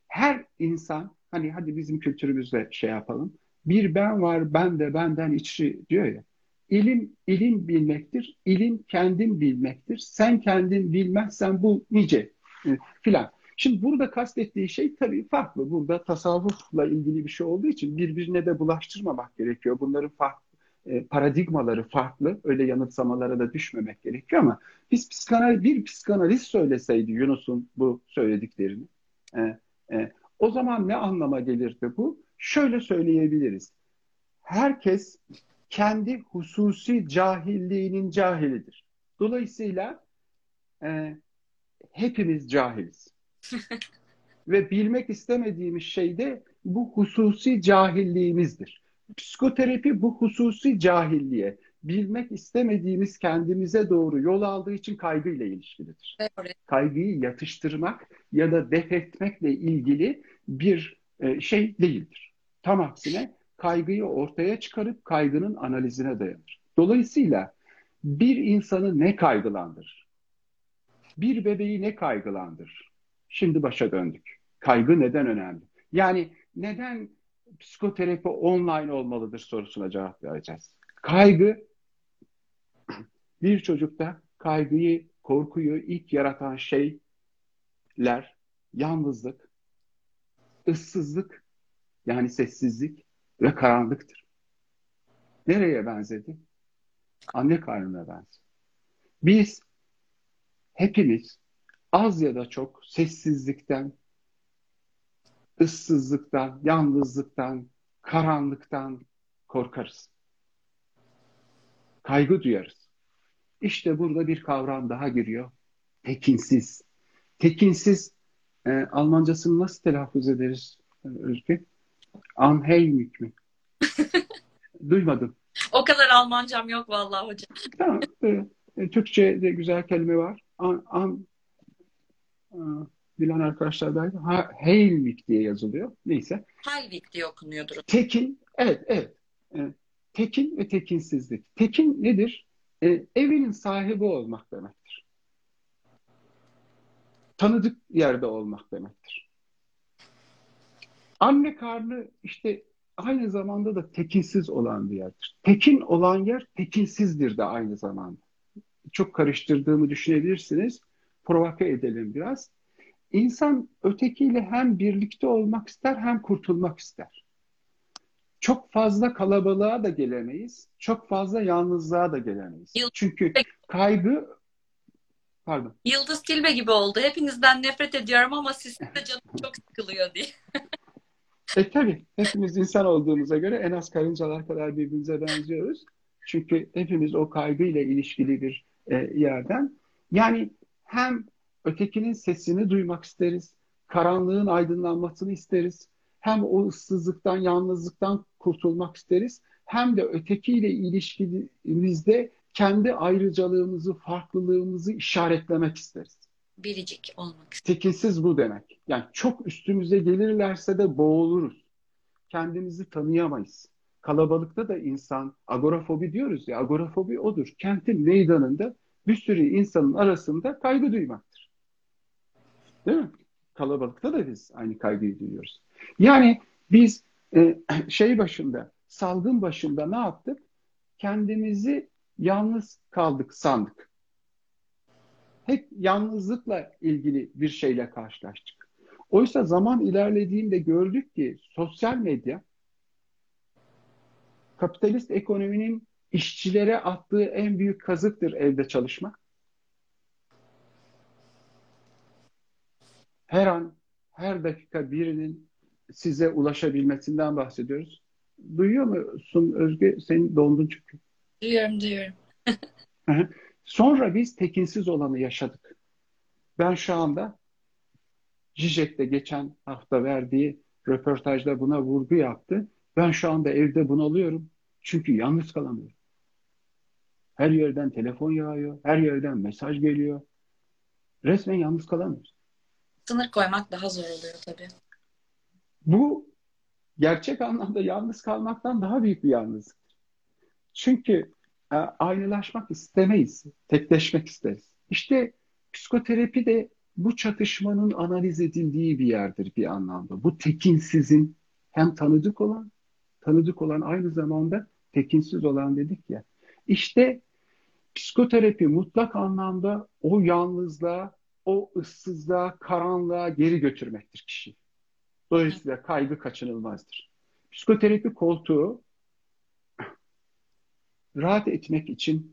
Her insan, hani hadi bizim kültürümüzde şey yapalım. Bir ben var, ben de benden içri diyor ya. İlim, ilim bilmektir. İlim kendin bilmektir. Sen kendin bilmezsen bu nice e, filan. Şimdi burada kastettiği şey tabii farklı. Burada tasavvufla ilgili bir şey olduğu için birbirine de bulaştırmamak gerekiyor. Bunların farklı e, paradigmaları farklı. Öyle yanılsamalara da düşmemek gerekiyor ama biz psikanal bir psikanalist söyleseydi Yunus'un bu söylediklerini, e, e, o zaman ne anlama gelirdi bu? Şöyle söyleyebiliriz. Herkes kendi hususi cahilliğinin cahilidir. Dolayısıyla e, hepimiz cahiliz. Ve bilmek istemediğimiz şey de bu hususi cahilliğimizdir. Psikoterapi bu hususi cahilliğe, bilmek istemediğimiz kendimize doğru yol aldığı için kaygıyla ilişkilidir. Evet. Kaygıyı yatıştırmak ya da def etmekle ilgili bir e, şey değildir. Tam aksine kaygıyı ortaya çıkarıp kaygının analizine dayanır. Dolayısıyla bir insanı ne kaygılandırır? Bir bebeği ne kaygılandırır? Şimdi başa döndük. Kaygı neden önemli? Yani neden psikoterapi online olmalıdır sorusuna cevap vereceğiz. Kaygı, bir çocukta kaygıyı, korkuyu ilk yaratan şeyler yalnızlık, ıssızlık yani sessizlik ve karanlıktır. Nereye benzedi? Anne karnına benzedi. Biz hepimiz az ya da çok sessizlikten, ıssızlıktan, yalnızlıktan, karanlıktan korkarız. Kaygı duyarız. İşte burada bir kavram daha giriyor. Tekinsiz. Tekinsiz e, Almancasını nasıl telaffuz ederiz e, Özge? Anheimlik mi? Duymadım. O kadar Almancam yok vallahi hocam. Tamam. E, e, Türkçe'de güzel kelime var. An, an e, bilen arkadaşlar belki ha, Heilmik diye yazılıyor. Neyse. Halvik diye okunuyordur. Tekin, evet, evet. E, tekin ve tekinsizlik. Tekin nedir? E, evinin sahibi olmak demektir. Tanıdık yerde olmak demektir. Anne karnı işte aynı zamanda da tekinsiz olan bir yerdir. Tekin olan yer tekinsizdir de aynı zamanda. Çok karıştırdığımı düşünebilirsiniz. Provoke edelim biraz. İnsan ötekiyle hem birlikte olmak ister hem kurtulmak ister. Çok fazla kalabalığa da gelemeyiz. Çok fazla yalnızlığa da gelemeyiz. Yıldız, Çünkü kaygı, pardon. Yıldız Tilbe gibi oldu. Hepinizden nefret ediyorum ama sizin de canım çok sıkılıyor diye. E tabii hepimiz insan olduğumuza göre en az karıncalar kadar birbirimize benziyoruz. Çünkü hepimiz o kaygıyla ilişkili bir e, yerden. Yani hem ötekinin sesini duymak isteriz, karanlığın aydınlanmasını isteriz. Hem o ıssızlıktan, yalnızlıktan kurtulmak isteriz. Hem de ötekiyle ilişkimizde kendi ayrıcalığımızı, farklılığımızı işaretlemek isteriz. Biricik olmak istiyorum. Tekinsiz bu demek. Yani çok üstümüze gelirlerse de boğuluruz. Kendimizi tanıyamayız. Kalabalıkta da insan, agorafobi diyoruz ya, agorafobi odur. Kentin meydanında bir sürü insanın arasında kaygı duymaktır. Değil mi? Kalabalıkta da biz aynı kaygıyı duyuyoruz. Yani biz e, şey başında, salgın başında ne yaptık? Kendimizi yalnız kaldık sandık. Hep yalnızlıkla ilgili bir şeyle karşılaştık. Oysa zaman ilerlediğinde gördük ki sosyal medya kapitalist ekonominin işçilere attığı en büyük kazıktır evde çalışmak. Her an, her dakika birinin size ulaşabilmesinden bahsediyoruz. Duyuyor musun Özge? Senin dondun çünkü. Duyuyorum, duyuyorum. Sonra biz tekinsiz olanı yaşadık. Ben şu anda Zizek'te geçen hafta verdiği röportajda buna vurgu yaptı. Ben şu anda evde bunalıyorum. Çünkü yalnız kalamıyorum. Her yerden telefon yağıyor. Her yerden mesaj geliyor. Resmen yalnız kalamıyoruz. Sınır koymak daha zor oluyor tabii. Bu gerçek anlamda yalnız kalmaktan daha büyük bir yalnızlık. Çünkü e, aynılaşmak istemeyiz. Tekleşmek isteriz. İşte psikoterapi de bu çatışmanın analiz edildiği bir yerdir bir anlamda. Bu tekinsizin hem tanıdık olan, tanıdık olan aynı zamanda tekinsiz olan dedik ya. İşte psikoterapi mutlak anlamda o yalnızlığa, o ıssızlığa, karanlığa geri götürmektir kişiyi. Dolayısıyla kaygı kaçınılmazdır. Psikoterapi koltuğu rahat etmek için,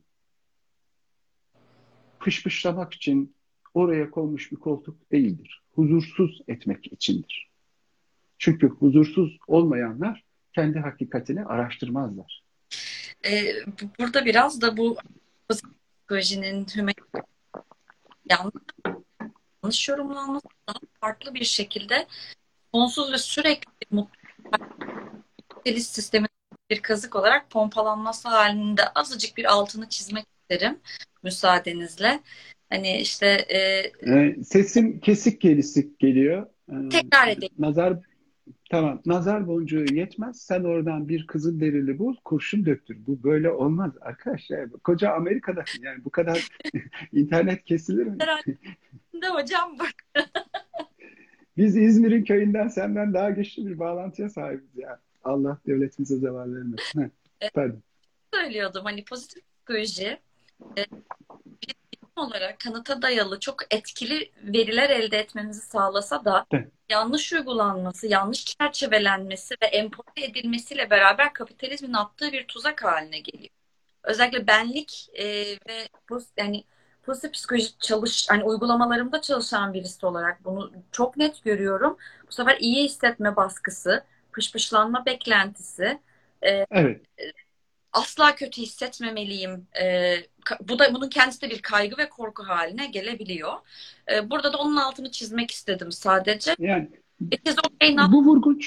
pışpışlamak için oraya konmuş bir koltuk değildir. Huzursuz etmek içindir. Çünkü huzursuz olmayanlar kendi hakikatini araştırmazlar. Ee, Burada biraz da bu psikolojinin yanlış, yanlış yorumlanması daha farklı bir şekilde sonsuz ve sürekli bir mutluluk sistemi bir kazık olarak pompalanması halinde azıcık bir altını çizmek isterim müsaadenizle. Hani işte e, Ee, sesim kesik kesik geliyor. Ee, tekrar edeyim. nazar tamam, nazar boncuğu yetmez. Sen oradan bir kızıl derili bul, kurşun döktür. Bu böyle olmaz arkadaşlar. Koca Amerika'dasın yani bu kadar internet kesilir mi? Herhalde hocam Biz İzmir'in köyünden senden daha güçlü bir bağlantıya sahibiz ya. Allah devletimize zeval vermesin. Heh, pardon. söylüyordum hani pozitif psikoloji e, olarak kanıta dayalı çok etkili veriler elde etmemizi sağlasa da De. yanlış uygulanması, yanlış çerçevelenmesi ve empoze edilmesiyle beraber kapitalizmin attığı bir tuzak haline geliyor. Özellikle benlik e, ve poz- yani pozitif psikoloji çalış hani uygulamalarımda çalışan birisi olarak bunu çok net görüyorum. Bu sefer iyi hissetme baskısı, pışpışlanma beklentisi, e, Evet. asla kötü hissetmemeliyim. E, ka- bu da bunun kendisi de bir kaygı ve korku haline gelebiliyor. E, burada da onun altını çizmek istedim sadece. Yani It is okay not, bu vurgu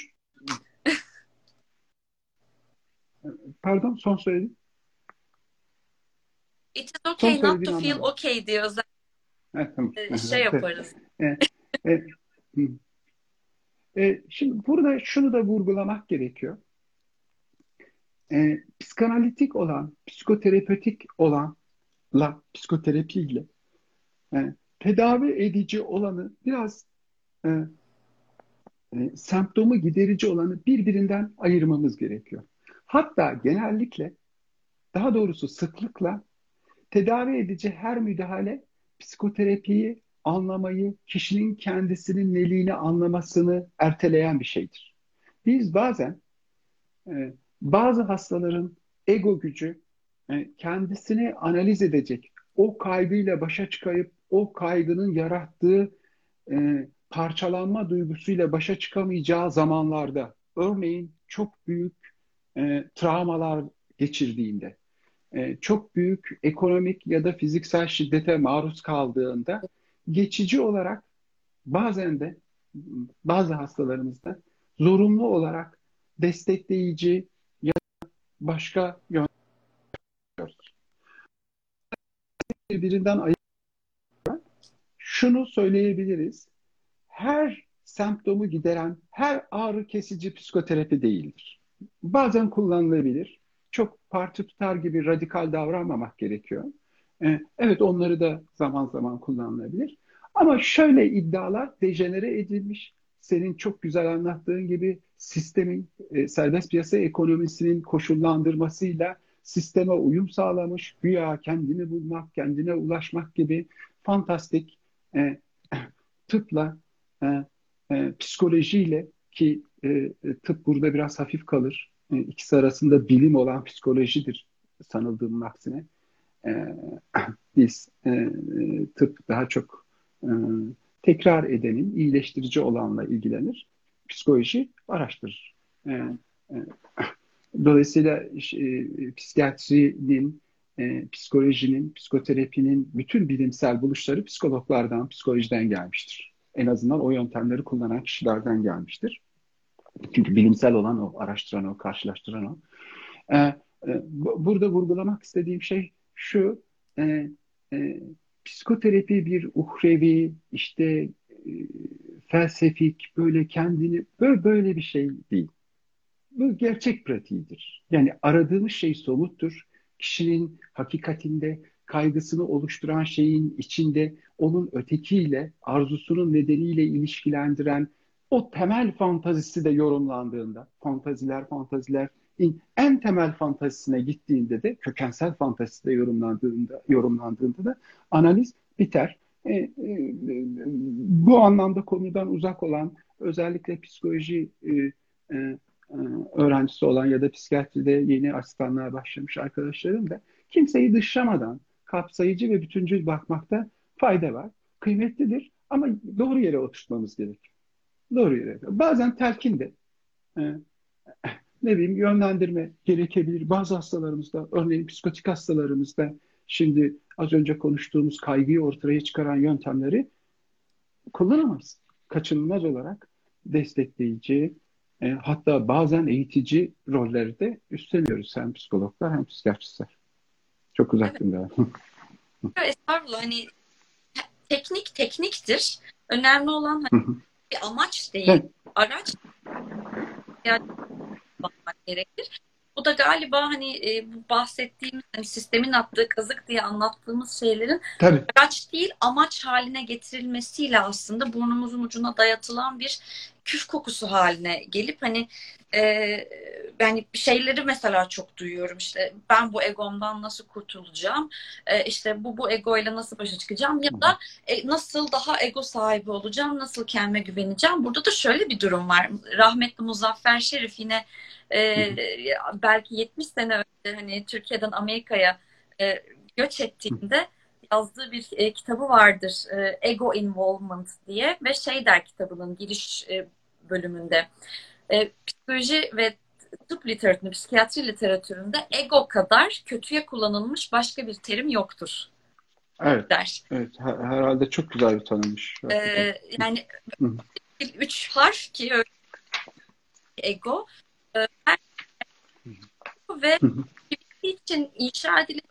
pardon son söyledim. it is Son okay not to söylediğini feel anlamadım. okay diye Heh, tamam. özel şey Heh, evet. yaparız. E, e, hı. E, şimdi burada şunu da vurgulamak gerekiyor. E, psikanalitik olan, psikoterapötik olanla, psikoterapiyle e, tedavi edici olanı biraz e, e, semptomu giderici olanı birbirinden ayırmamız gerekiyor. Hatta genellikle, daha doğrusu sıklıkla tedavi edici her müdahale psikoterapiyi anlamayı, kişinin kendisinin neliğini anlamasını erteleyen bir şeydir. Biz bazen e, bazı hastaların ego gücü e, kendisini analiz edecek, o kaygıyla başa çıkayıp o kaygının yarattığı e, parçalanma duygusuyla başa çıkamayacağı zamanlarda, örneğin çok büyük e, travmalar geçirdiğinde, e, çok büyük ekonomik ya da fiziksel şiddete maruz kaldığında geçici olarak bazen de bazı hastalarımızda zorunlu olarak destekleyici ya da başka yöntemler birbirinden ayırt. Şunu söyleyebiliriz. Her semptomu gideren, her ağrı kesici psikoterapi değildir. Bazen kullanılabilir. Çok parti tutar gibi radikal davranmamak gerekiyor. Ee, Evet, onları da zaman zaman kullanılabilir. Ama şöyle iddialar dejenere edilmiş. Senin çok güzel anlattığın gibi sistemin, e, serbest piyasa ekonomisinin koşullandırmasıyla sisteme uyum sağlamış, güya kendini bulmak, kendine ulaşmak gibi fantastik e, tıpla, e, e, psikolojiyle ki e, tıp burada biraz hafif kalır. E, ikisi arasında bilim olan psikolojidir sanıldığının aksine. E, Biz e, e, tıp daha çok e, tekrar edenin, iyileştirici olanla ilgilenir. Psikoloji araştırır. E, e, Dolayısıyla e, psikiyatrinin, e, psikolojinin, psikoterapinin bütün bilimsel buluşları psikologlardan, psikolojiden gelmiştir. En azından o yöntemleri kullanan kişilerden gelmiştir. Çünkü bilimsel olan o, araştıran o, karşılaştıran o. E, e, Burada vurgulamak istediğim şey şu, e, e, psikoterapi bir uhrevi, işte e, felsefik, böyle kendini, böyle, böyle bir şey değil. Bu gerçek pratiğidir. Yani aradığımız şey somuttur. Kişinin hakikatinde kaygısını oluşturan şeyin içinde onun ötekiyle, arzusunun nedeniyle ilişkilendiren o temel fantazisi de yorumlandığında, fantaziler, fantaziler en temel fantazisine gittiğinde de, kökensel fantazisi de yorumlandığında, yorumlandığında da analiz biter. E, e, bu anlamda konudan uzak olan, özellikle psikoloji e, e, öğrencisi olan ya da psikiyatride yeni asistanlığa başlamış arkadaşlarım da kimseyi dışlamadan kapsayıcı ve bütüncül bakmakta fayda var. Kıymetlidir ama doğru yere oturtmamız gerekir. Doğru yere. Bazen telkin de e, ne bileyim yönlendirme gerekebilir. Bazı hastalarımızda, örneğin psikotik hastalarımızda şimdi az önce konuştuğumuz kaygıyı ortaya çıkaran yöntemleri kullanamayız. Kaçınılmaz olarak destekleyici, e, hatta bazen eğitici rolleri de üstleniyoruz. Hem psikologlar hem psikiyatristler. Çok Evet, uzattım galiba. estağfurullah. Hani teknik tekniktir. Önemli olan hani bir amaç değil, Evet. araç kullanmak gerekir. Bu da galiba hani e, bu bahsettiğimiz hani sistemin attığı kazık diye anlattığımız şeylerin Tabii. araç değil amaç haline getirilmesiyle aslında burnumuzun ucuna dayatılan bir küf kokusu haline gelip hani e, yani şeyleri mesela çok duyuyorum işte ben bu egomdan nasıl kurtulacağım, e, işte bu bu egoyla nasıl başa çıkacağım ya da e, nasıl daha ego sahibi olacağım, nasıl kendime güveneceğim. Burada da şöyle bir durum var. Rahmetli Muzaffer Şerif yine e, belki yetmiş sene önce hani Türkiye'den Amerika'ya e, göç ettiğinde yazdığı bir e, kitabı vardır. E, Ego Involvement diye ve şey der kitabının giriş e, bölümünde. E, psikoloji ve tıp literatüründe, psikiyatri literatüründe ego kadar kötüye kullanılmış başka bir terim yoktur Evet. der. Evet. Her- Herhalde çok güzel bir tanımmış. E, Hakikaten. yani Hı. üç harf ki öyle ego e, ve Hı. bildiği için inşa edilen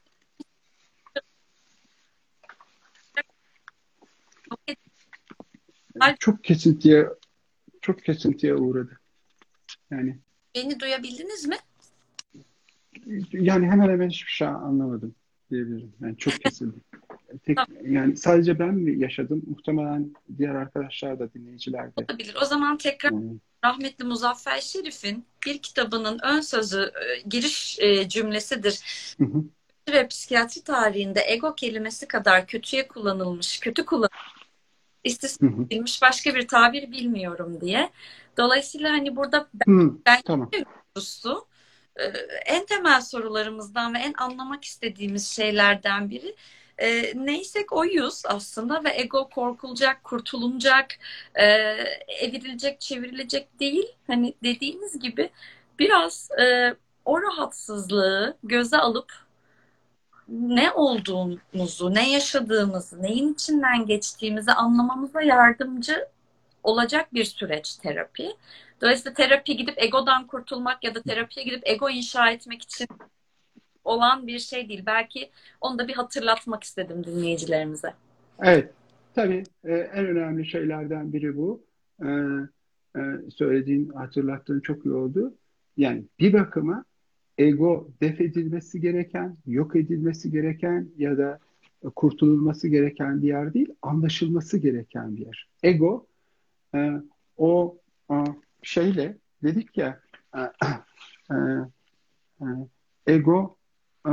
Çok kesintiye çok kesintiye uğradı. Yani beni duyabildiniz mi? yani hemen hemen hiçbir şey anlamadım diyebilirim. Yani çok kesildi. Tek, yani sadece ben mi yaşadım? Muhtemelen diğer arkadaşlar da, dinleyiciler de. Olabilir. O zaman tekrar Yani, rahmetli Muzaffer Şerif'in bir kitabının ön sözü, e, giriş e, cümlesidir. hı hı, Ve psikiyatri tarihinde ego kelimesi kadar kötüye kullanılmış, kötü kullanılmış, istismar hı hı, edilmiş başka bir tabir bilmiyorum diye. Dolayısıyla hani burada hı, ben tamam. mevzusu e, en temel sorularımızdan ve en anlamak istediğimiz şeylerden biri. E, neysek oyuz aslında ve ego korkulacak, kurtulunacak, e, evrilecek, çevrilecek değil. Hani dediğiniz gibi biraz e, o rahatsızlığı göze alıp ne olduğumuzu, ne yaşadığımızı, neyin içinden geçtiğimizi anlamamıza yardımcı olacak bir süreç terapi. Dolayısıyla terapi gidip egodan kurtulmak ya da terapiye gidip ego inşa etmek için olan bir şey değil. Belki onu da bir hatırlatmak istedim dinleyicilerimize. Evet. Tabii e, en önemli şeylerden biri bu. E, e, söylediğin, hatırlattığın çok iyi oldu. Yani bir bakıma ego def edilmesi gereken, yok edilmesi gereken ya da kurtululması gereken bir yer değil, anlaşılması gereken bir yer. Ego e, o e, şeyle dedik ya e, e, e, ego e,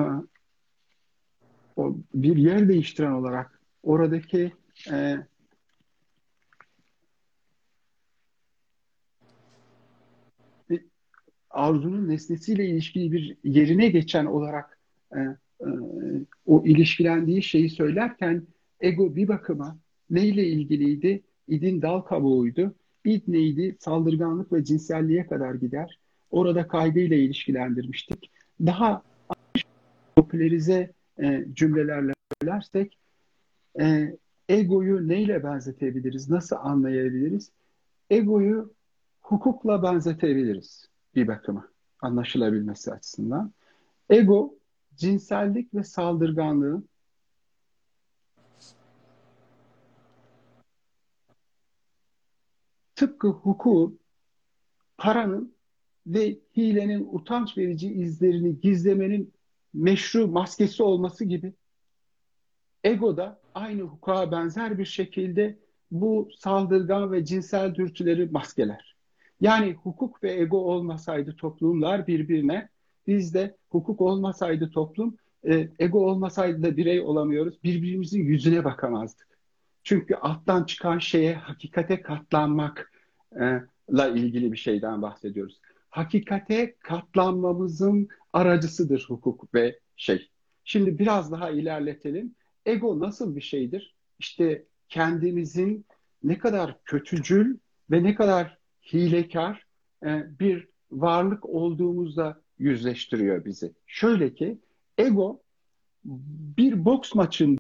o bir yer değiştiren olarak oradaki e, bir arzunun nesnesiyle ilişkili bir yerine geçen olarak e, e, o ilişkilendiği şeyi söylerken ego bir bakıma neyle ilgiliydi? İdin dal kabuğuydu. İd neydi? Saldırganlık ve cinselliğe kadar gider. Orada kaygıyla ilişkilendirmiştik. Daha popülerize e, cümlelerle söylersek e, egoyu neyle benzetebiliriz? Nasıl anlayabiliriz? Egoyu hukukla benzetebiliriz bir bakıma anlaşılabilmesi açısından. Ego, cinsellik ve saldırganlığın tıpkı hukukun, paranın ve hilenin utanç verici izlerini gizlemenin meşru maskesi olması gibi Ego da aynı hukuka benzer bir şekilde bu saldırgan ve cinsel dürtüleri maskeler. Yani hukuk ve ego olmasaydı toplumlar birbirine, biz de hukuk olmasaydı toplum, e, ego olmasaydı da birey olamıyoruz. Birbirimizin yüzüne bakamazdık. Çünkü alttan çıkan şeye hakikate katlanmakla ilgili bir şeyden bahsediyoruz. Hakikate katlanmamızın aracısıdır hukuk ve şey. Şimdi biraz daha ilerletelim. Ego nasıl bir şeydir? İşte kendimizin ne kadar kötücül ve ne kadar hilekar e, bir varlık olduğumuzla yüzleştiriyor bizi. Şöyle ki ego bir boks maçında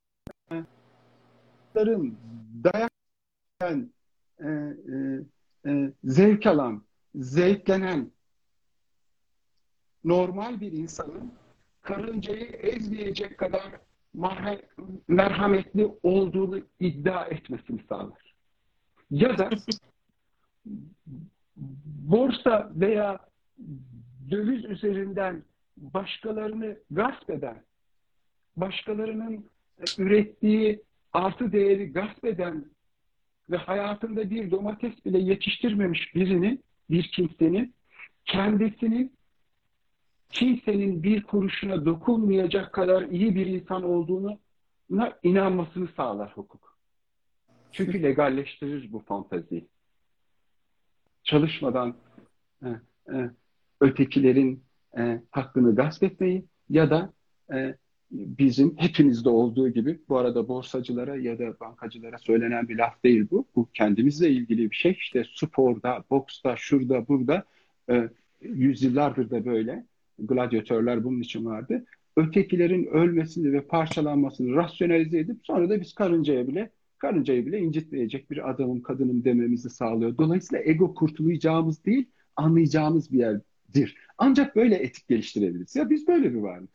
dayak yiyen, e, e, e, zevk alan, zevklenen normal bir insanın karıncayı ezmeyecek kadar merhametli olduğunu iddia etmesini sağlar. Ya da borsa veya döviz üzerinden başkalarını gasp eden, başkalarının ürettiği artı değeri gasp eden ve hayatında bir domates bile yetiştirmemiş birinin, bir kimsenin kendisinin kimsenin bir kuruşuna dokunmayacak kadar iyi bir insan olduğuna inanmasını sağlar hukuk. Çünkü legalleştirir bu fanteziyi. Çalışmadan e, e, ötekilerin e, hakkını gasp etmeyi ya da e, bizim hepimizde olduğu gibi, bu arada borsacılara ya da bankacılara söylenen bir laf değil bu. Bu kendimizle ilgili bir şey. İşte sporda, boksta, şurada, burada e, yüzyıllardır da böyle. Gladyatörler bunun için vardı. Ötekilerin ölmesini ve parçalanmasını rasyonalize edip sonra da biz karıncaya bile karıncayı bile incitmeyecek bir adamım, kadınım dememizi sağlıyor. Dolayısıyla ego kurtulayacağımız değil, anlayacağımız bir yerdir. Ancak böyle etik geliştirebiliriz. Ya biz böyle bir varlık.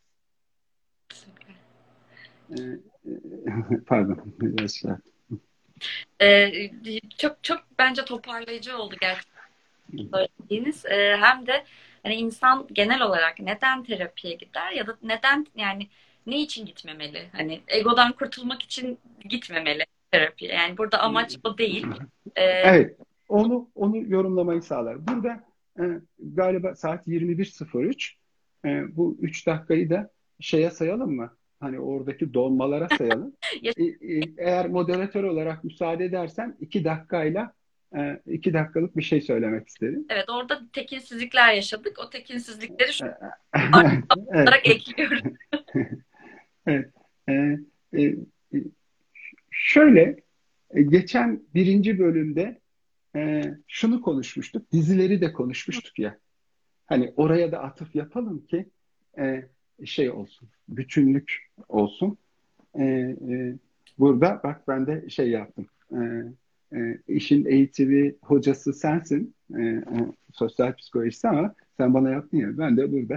Ee, e, pardon. Biraz şey yaptım. Ee, çok çok bence toparlayıcı oldu gerçekten söylediğiniz. Ee, hem de hani insan genel olarak neden terapiye gider ya da neden, yani ne için gitmemeli? Hani egodan kurtulmak için gitmemeli terapiye. Yani burada amaç o değil. Ee, Evet. Onu onu yorumlamayı sağlar. Burada e, galiba saat yirmi bir sıfır üç. E, bu üç dakikayı da şeye sayalım mı? Hani oradaki donmalara sayalım. E, e, eğer moderatör olarak müsaade edersen iki dakikayla e, iki dakikalık bir şey söylemek isterim. evet, orada tekinsizlikler yaşadık. O tekinsizlikleri şu an Evet. olarak ekliyoruz. Evet. E, e, Şöyle, e, geçen birinci bölümde e, şunu konuşmuştuk, dizileri de konuşmuştuk ya. Hani oraya da atıf yapalım ki e, şey olsun, bütünlük olsun. E, e, burada bak ben de şey yaptım. E, e, işin eğitimi hocası sensin, e, e, sosyal psikolojisi ama sen bana yaptın ya. Ben de burada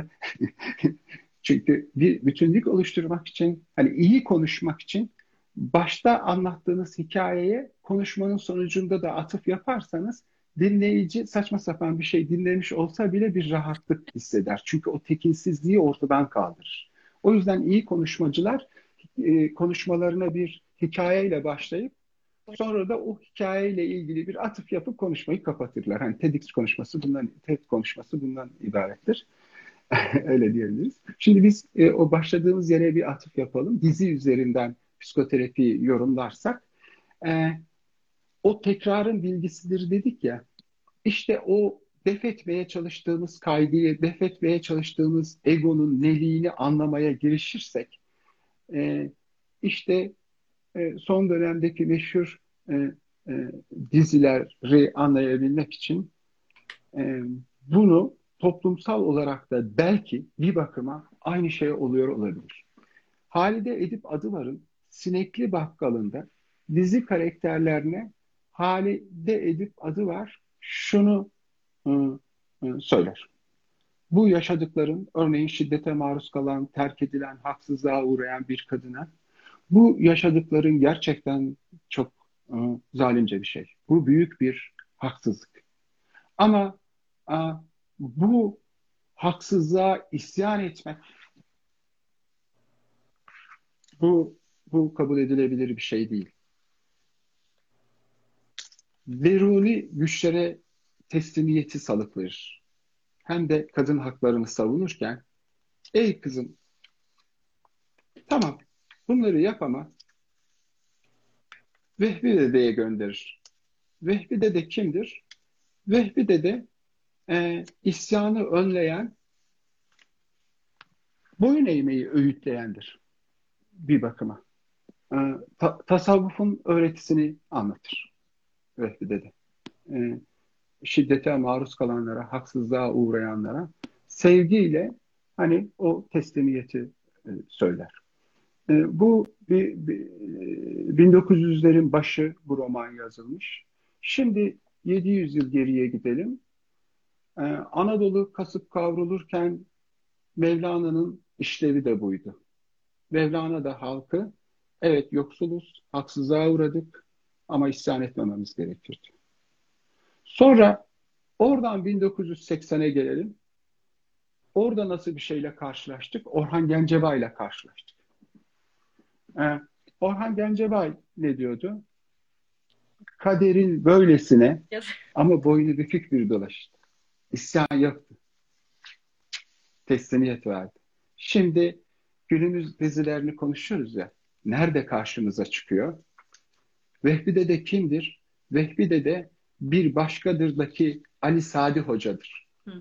çünkü bir bütünlük oluşturmak için, hani iyi konuşmak için başta anlattığınız hikayeye konuşmanın sonucunda da atıf yaparsanız dinleyici saçma sapan bir şey dinlemiş olsa bile bir rahatlık hisseder. Çünkü o tekinsizliği ortadan kaldırır. O yüzden iyi konuşmacılar e, konuşmalarına bir hikayeyle başlayıp sonra da o hikayeyle ilgili bir atıf yapıp konuşmayı kapatırlar. Hani TEDx konuşması bundan, TED konuşması bundan ibarettir. Öyle diyebiliriz. Şimdi biz e, o başladığımız yere bir atıf yapalım. Dizi üzerinden psikoterapi yorumlarsak, e, o tekrarın bilgisidir dedik ya. İşte o def etmeye çalıştığımız kaygıyı, def etmeye çalıştığımız egonun neliğini anlamaya girişirsek, e, işte e, son dönemdeki meşhur e, e, dizileri anlayabilmek için e, bunu toplumsal olarak da belki bir bakıma aynı şey oluyor olabilir. Halide Edip Adıvar'ın Sinekli Bakkalı'nda dizi karakterlerine Halide Edip Adıvar şunu ı, ı, söyler. Bu yaşadıkların, örneğin şiddete maruz kalan, terk edilen, haksızlığa uğrayan bir kadına, bu yaşadıkların gerçekten çok ı, zalimce bir şey. Bu büyük bir haksızlık. Ama a, bu haksızlığa isyan etmek, bu bu kabul edilebilir bir şey değil. Veruni güçlere teslimiyeti salık verir. Hem de kadın haklarını savunurken, ey kızım, tamam bunları yap ama Vehbi Dede'ye gönderir. Vehbi Dede kimdir? Vehbi Dede e, isyanı önleyen, boyun eğmeyi öğütleyendir bir bakıma. E, ta- tasavvufun öğretisini anlatır Vehbi Dede. E, şiddete maruz kalanlara, haksızlığa uğrayanlara sevgiyle hani o teslimiyeti e, söyler. E, bu bir, bir, e, bin dokuz yüzlerin başı bu roman yazılmış. Şimdi yedi yüz yıl geriye gidelim. E, Anadolu kasıp kavrulurken Mevlana'nın işlevi de buydu. Mevlana da halkı, evet yoksuluz, haksızlığa uğradık ama isyan etmememiz gerekirdi. Sonra oradan bin dokuz yüz seksene gelelim. Orada nasıl bir şeyle karşılaştık? Orhan Gencebay ile karşılaştık. Ee, Orhan Gencebay ne diyordu? Kaderin böylesine ama boynu bükük bir dolaş. İsyan yoktu. Teslimiyet verdi. Şimdi günümüz dizilerini konuşuyoruz ya. Nerede karşımıza çıkıyor? Vehbi Dede kimdir? Vehbi Dede bir başkadırdaki Ali Sadi Hoca'dır. Hı.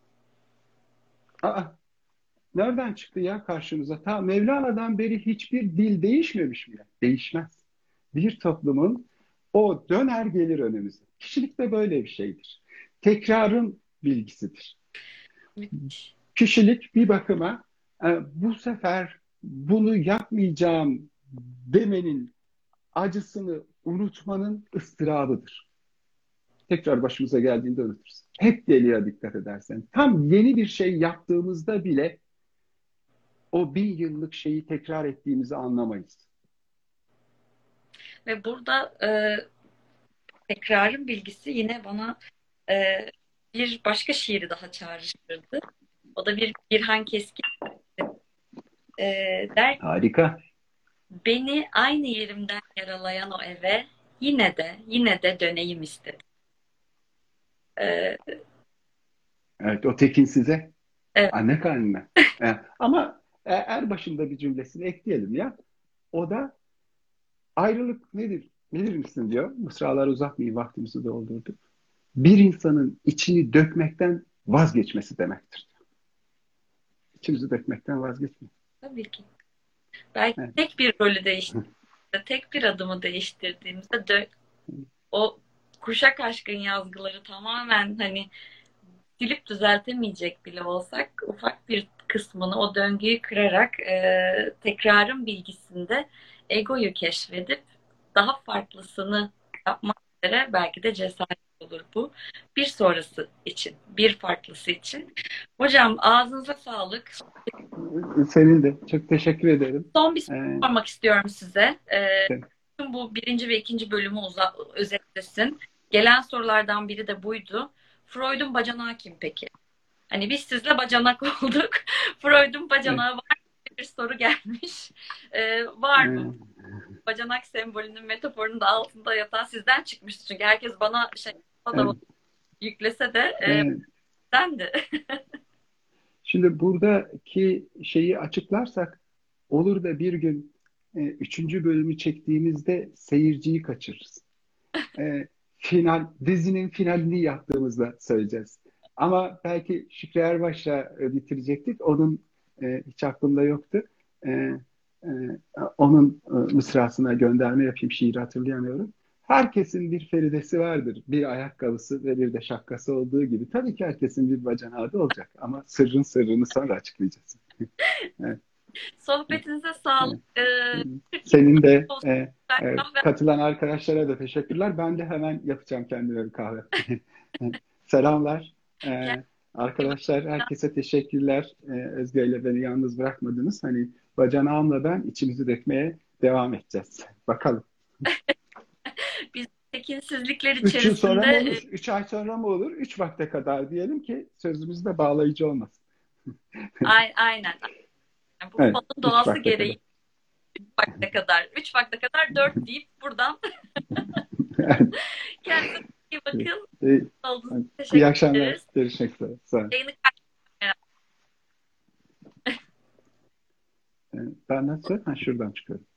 Aa, nereden çıktı ya karşımıza? Ta Mevlana'dan beri hiçbir dil değişmemiş mi? Değişmez. Bir toplumun o döner gelir önümüze. Kişilik de böyle bir şeydir. Tekrarın bilgisidir. Müthiş. Kişilik bir bakıma e, bu sefer bunu yapmayacağım demenin acısını unutmanın ıstırabıdır. Tekrar başımıza geldiğinde unuturuz. Hep geliyor dikkat edersen. Tam yeni bir şey yaptığımızda bile o bin yıllık şeyi tekrar ettiğimizi anlamayız. Ve burada e, tekrarın bilgisi yine bana e, bir başka şiiri daha çağrıştırdı. O da bir Birhan Keskin. E, der ki, Harika. beni aynı yerimden yaralayan o eve yine de yine de döneyim istedim. E, Evet, o tekin size evet, anne karnına. E, ama e, er başında bir cümlesini ekleyelim ya. O da ayrılık nedir? Bilir misin diyor. Mısraları uzatmayayım, vaktimizi doldurduk. Bir insanın içini dökmekten vazgeçmesi demektir. İçimizi dökmekten vazgeçmek. tabii ki. Belki Evet. tek bir rolü değiştirdiğimizde, tek bir adımı değiştirdiğimizde dö- o kuşak aşkın yazgıları tamamen hani silip düzeltemeyecek bile olsak ufak bir kısmını o döngüyü kırarak e, tekrarın bilgisinde egoyu keşfedip daha farklısını yapmak üzere belki de cesaret olur bu. Bir sonrası için, bir farklısı için. Hocam ağzınıza sağlık. Senin de çok teşekkür ederim. Son bir soru Ee, sormak istiyorum size. E, tüm bu birinci ve ikinci bölümü uza- özetlesin. Gelen sorulardan biri de buydu. Freud'un bacanağı kim peki? Hani biz sizle bacanak olduk. Freud'un evet, bacanağı var mı? Bir soru gelmiş. Ee, var mı? Bacanak sembolünün, metaforunun da altında yatan sizden çıkmıştı. Çünkü herkes bana şey da evet, yüklese de e, evet. dendi. Şimdi buradaki şeyi açıklarsak olur da bir gün e, üçüncü bölümü çektiğimizde seyirciyi kaçırırız. E, final, dizinin finalini yaptığımızda söyleyeceğiz. Ama belki Şükrü Erbaş'la e, bitirecektik. Onun e, hiç aklımda yoktu. E, e, onun e, mısrasına gönderme yapayım. Şiiri hatırlayamıyorum. Herkesin bir feridesi vardır. Bir ayakkabısı ve bir de şapkası olduğu gibi. Tabii ki herkesin bir bacanağı da olacak. Ama sırrın sırrını sonra açıklayacağız. Evet, Sohbetinize sağlık. evet. Ee, Senin de e, e, kahve katılan arkadaşlara da teşekkürler. Ben de hemen yapacağım kendime bir kahve. Selamlar. E, arkadaşlar herkese teşekkürler. E, Özge ile beni yalnız bırakmadınız. Hani bacanağımla ben içimizi dökmeye devam edeceğiz. Bakalım. biz tekinsizlikler Üç yıl sonra içerisinde mı e, olur? Üç ay sonra mı olur? Üç vakte kadar diyelim ki sözümüz de bağlayıcı olmasın. aynen. aynen. Bu Evet, falın üç doğası vakte gereği kadar. vakte kadar, üç vakte kadar dört deyip buradan kendinize iyi bakın. İyi, Olduğunuz için iyi teşekkür akşamlar. ederiz. Görüşmek üzere. Sağ olun. Yayını Ben nasıl? Ha, şuradan çıkıyorum.